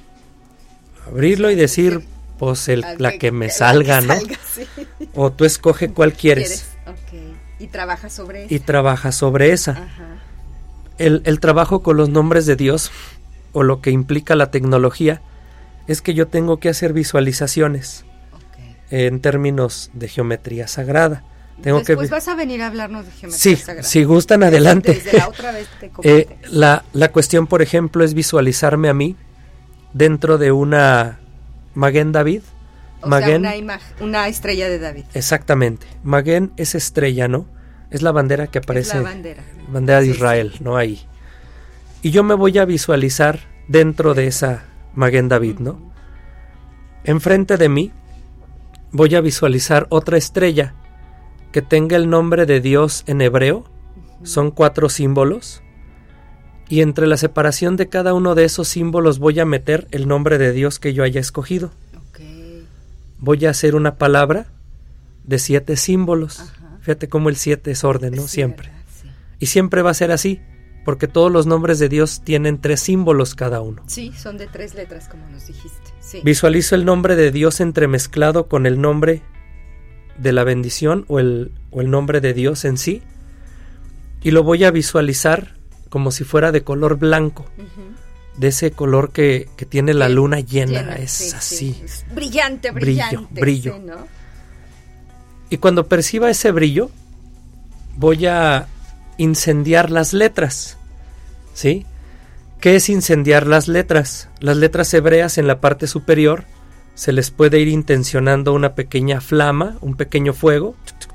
Abrirlo y decir... pues el, la que me salga, que ¿no? Salga, sí. O tú escoge cuál quieres. Okay. Y trabaja sobre esa. Y trabaja sobre esa. Ajá. el, el trabajo con los nombres de Dios, o lo que implica la tecnología, es que yo tengo que hacer visualizaciones okay. en términos de geometría sagrada. Tengo Después que... vas a venir a hablarnos de geometría sí, sagrada. Si gustan, adelante. Desde la otra vez te eh, la, la cuestión, por ejemplo, es visualizarme a mí dentro de una Maguen David. O Maguen, sea, una, una estrella de David. Exactamente. Maguen es estrella, ¿no? Es la bandera que aparece. Es la bandera. Bandera de sí, Israel, sí. ¿no? Ahí. Y yo me voy a visualizar dentro de esa Maguen David, ¿no? Uh-huh. Enfrente de mí voy a visualizar otra estrella que tenga el nombre de Dios en hebreo. Uh-huh. Son cuatro símbolos. Y entre la separación de cada uno de esos símbolos voy a meter el nombre de Dios que yo haya escogido. Okay. Voy a hacer una palabra de siete símbolos. Ajá. Fíjate cómo el siete es orden, ¿no? Sí, siempre. ¿verdad? Sí. Y siempre va a ser así, porque todos los nombres de Dios tienen tres símbolos cada uno. Sí, son de tres letras, como nos dijiste. Sí. Visualizo el nombre de Dios entremezclado con el nombre de la bendición o el, o el nombre de Dios en sí, y lo voy a visualizar como si fuera de color blanco, uh-huh. de ese color que, que tiene la luna llena, llena es sí, así. Sí. Es brillante, brillante. Brillo, brillo. Sí, ¿no? Y cuando perciba ese brillo, voy a incendiar las letras, ¿sí? ¿Qué es incendiar las letras? Las letras hebreas en la parte superior se les puede ir intencionando una pequeña flama, un pequeño fuego,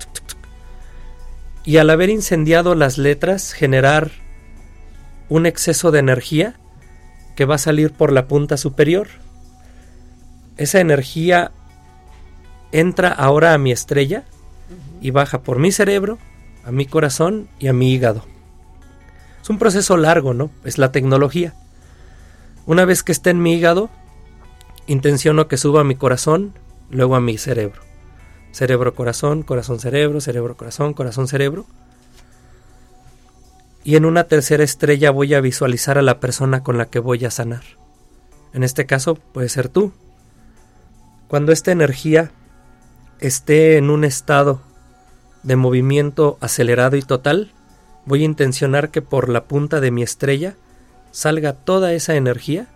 y al haber incendiado las letras generar un exceso de energía que va a salir por la punta superior. Esa energía entra ahora a mi estrella uh-huh. y baja por mi cerebro, a mi corazón y a mi hígado. Es un proceso largo, ¿no? Es la tecnología. Una vez que esté en mi hígado, intenciono que suba a mi corazón, luego a mi cerebro. Cerebro, corazón, corazón, cerebro, cerebro, corazón, corazón, cerebro. Y en una tercera estrella voy a visualizar a la persona con la que voy a sanar. En este caso puede ser tú. Cuando esta energía esté en un estado de movimiento acelerado y total, voy a intencionar que por la punta de mi estrella salga toda esa energía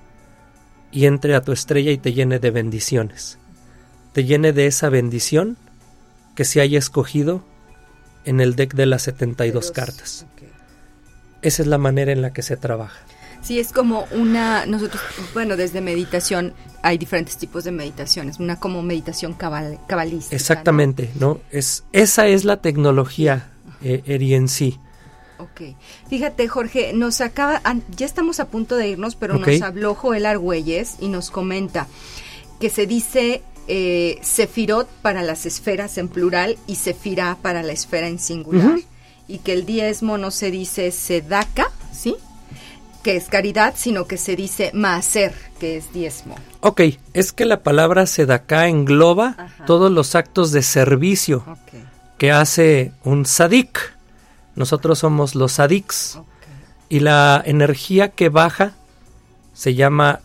y entre a tu estrella y te llene de bendiciones. Te llene de esa bendición que se haya escogido en el deck de las setenta y dos cartas. Okay. Esa es la manera en la que se trabaja. Sí, es como una, nosotros, bueno, desde meditación hay diferentes tipos de meditaciones, una como meditación cabal, cabalística. Exactamente, ¿no? ¿no? Es, esa es la tecnología, eh, Eri, en sí. Ok, fíjate Jorge, nos acaba, ya estamos a punto de irnos, pero okay. nos habló Joel Argüelles y nos comenta que se dice eh, Sefirot para las esferas en plural y Sefirá para la esfera en singular, uh-huh. y que el diezmo no se dice Sedaka, ¿sí?, que es caridad, sino que se dice Maaser, que es diezmo. Ok, es que la palabra Sedaká engloba Ajá. todos los actos de servicio okay. que hace un sadik. Nosotros somos los sadiks. Okay. Y la energía que baja se llama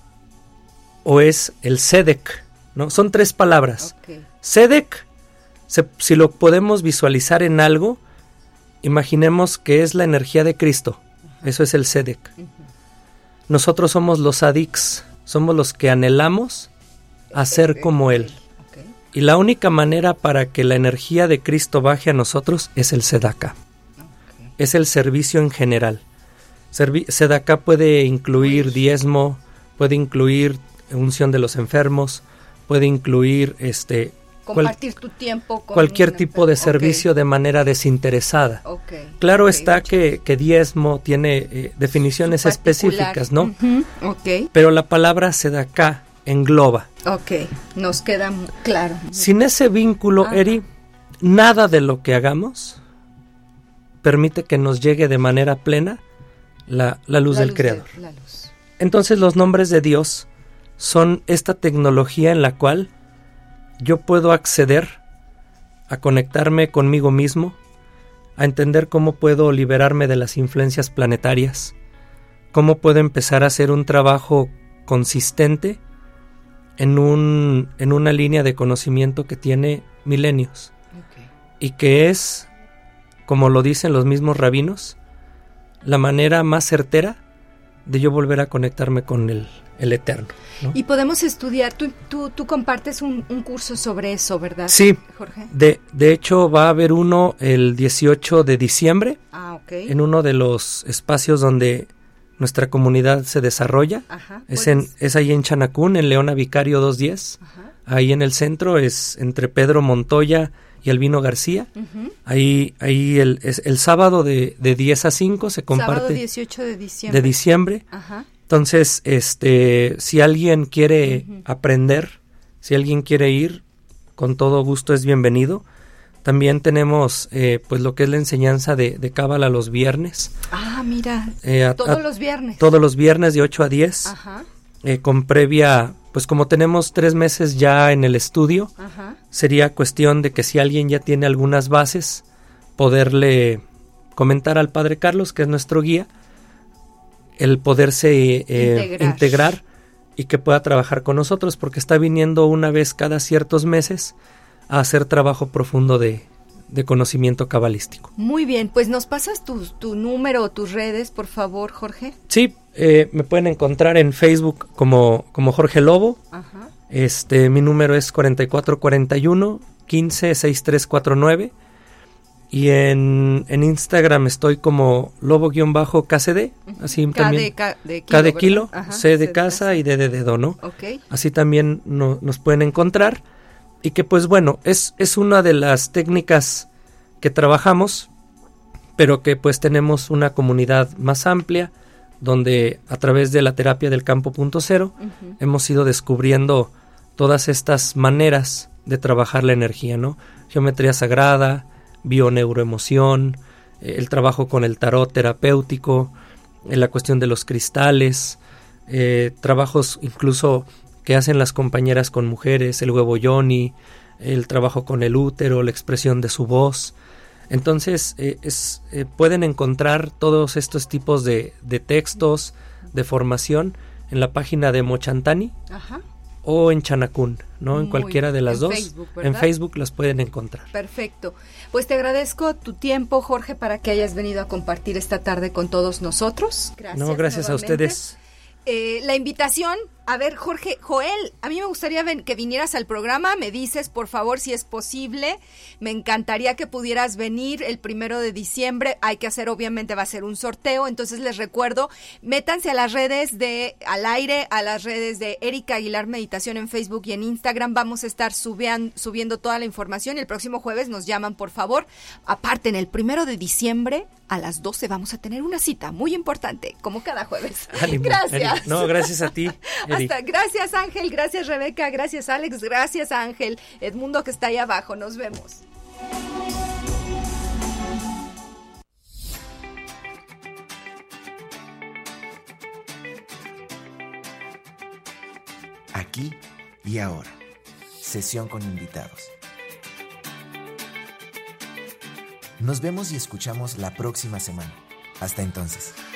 o es el sedek, ¿no? Son tres palabras. Okay. Sedek, se, si lo podemos visualizar en algo, imaginemos que es la energía de Cristo. Ajá. Eso es el sedek. Uh-huh. Nosotros somos los sadiks, somos los que anhelamos a ser como Él. Okay. Y la única manera para que la energía de Cristo baje a nosotros es el sedaká. Okay. Es el servicio en general. Servi- sedaká puede incluir diezmo, puede incluir unción de los enfermos, puede incluir este compartir cual, tu tiempo con cualquier tipo de servicio okay. de manera desinteresada. Okay. Claro okay, está que, que diezmo tiene eh, definiciones específicas, ¿no? Uh-huh. Okay. Pero la palabra sedaká engloba. Ok, nos queda claro. Sin ese vínculo, Ajá. Eri, nada de lo que hagamos permite que nos llegue de manera plena la, la luz la del luz Creador. De, la luz. Entonces los nombres de Dios son esta tecnología en la cual yo puedo acceder a conectarme conmigo mismo, a entender cómo puedo liberarme de las influencias planetarias, cómo puedo empezar a hacer un trabajo consistente en, un, en una línea de conocimiento que tiene milenios. Okay. Y que es, como lo dicen los mismos rabinos, la manera más certera de yo volver a conectarme con el, el Eterno, ¿no? Y podemos estudiar, tú, tú, tú compartes un, un curso sobre eso, ¿verdad, sí, Jorge? De, de hecho va a haber uno el dieciocho de diciembre, ah, ok. en uno de los espacios donde nuestra comunidad se desarrolla. Ajá, es, en, es ahí en Chanacún, en Leona Vicario doscientos diez. Ajá. Ahí en el centro es entre Pedro Montoya y Albino García. Uh-huh. Ahí, ahí el, es, el sábado de, de diez a cinco se comparte. Sábado dieciocho de diciembre. De diciembre. Ajá. Entonces, este, si alguien quiere uh-huh. aprender, si alguien quiere ir, con todo gusto es bienvenido. También tenemos eh, pues lo que es la enseñanza de, de Cábala los viernes. Ah, mira, eh, a, todos a, los viernes. Todos los viernes de ocho a diez. Ajá. Eh, con previa, pues como tenemos tres meses ya en el estudio, ajá, sería cuestión de que si alguien ya tiene algunas bases, poderle comentar al Padre Carlos, que es nuestro guía, el poderse eh, integrar. integrar y que pueda trabajar con nosotros, porque está viniendo una vez cada ciertos meses a hacer trabajo profundo de, de conocimiento cabalístico. Muy bien, pues nos pasas tu, tu número o tus redes, por favor, Jorge. Sí, eh, me pueden encontrar en Facebook como, como Jorge Lobo. Ajá. Este, mi número es cuarenta y cuatro cuarenta y uno, quince, sesenta y tres cuarenta y nueve. Y en, en Instagram estoy como Lobo-K C D, así K también. De, K de kilo, K de kilo, Ajá, C de C casa, casa y D de dedo, ¿no? Okay. Así también no, nos pueden encontrar. Y que pues bueno, es, es una de las técnicas que trabajamos, pero que pues tenemos una comunidad más amplia, donde a través de la terapia del campo punto cero uh-huh. hemos ido descubriendo todas estas maneras de trabajar la energía, ¿no? Geometría sagrada, bioneuroemoción, eh, el trabajo con el tarot terapéutico, eh, la cuestión de los cristales, eh, trabajos incluso que hacen las compañeras con mujeres, el huevo yoni, el trabajo con el útero, la expresión de su voz. Entonces eh, es, eh, pueden encontrar todos estos tipos de, de textos, de formación en la página de Mochantani. Ajá. O en Chanacún, ¿no? En cualquiera de las en dos. Facebook, en Facebook las pueden encontrar. Perfecto. Pues te agradezco tu tiempo, Jorge, para que hayas venido a compartir esta tarde con todos nosotros. Gracias. No, gracias nuevamente. A ustedes. Eh, la invitación, a ver, Jorge, Joel, a mí me gustaría ven, que vinieras al programa, me dices por favor si es posible, me encantaría que pudieras venir el primero de diciembre, hay que hacer, obviamente va a ser un sorteo, entonces les recuerdo, métanse a las redes de Al Aire, a las redes de Erika Aguilar Meditación en Facebook y en Instagram, vamos a estar subian, subiendo toda la información y el próximo jueves nos llaman por favor, aparte en el primero de diciembre a las doce vamos a tener una cita muy importante, como cada jueves. Ánimo, gracias. Eri. No, gracias a ti, Eri. Hasta, gracias Ángel, gracias Rebeca, gracias Alex, gracias Ángel, Edmundo que está ahí abajo, nos vemos. Aquí y ahora, sesión con invitados. Nos vemos y escuchamos la próxima semana. Hasta entonces.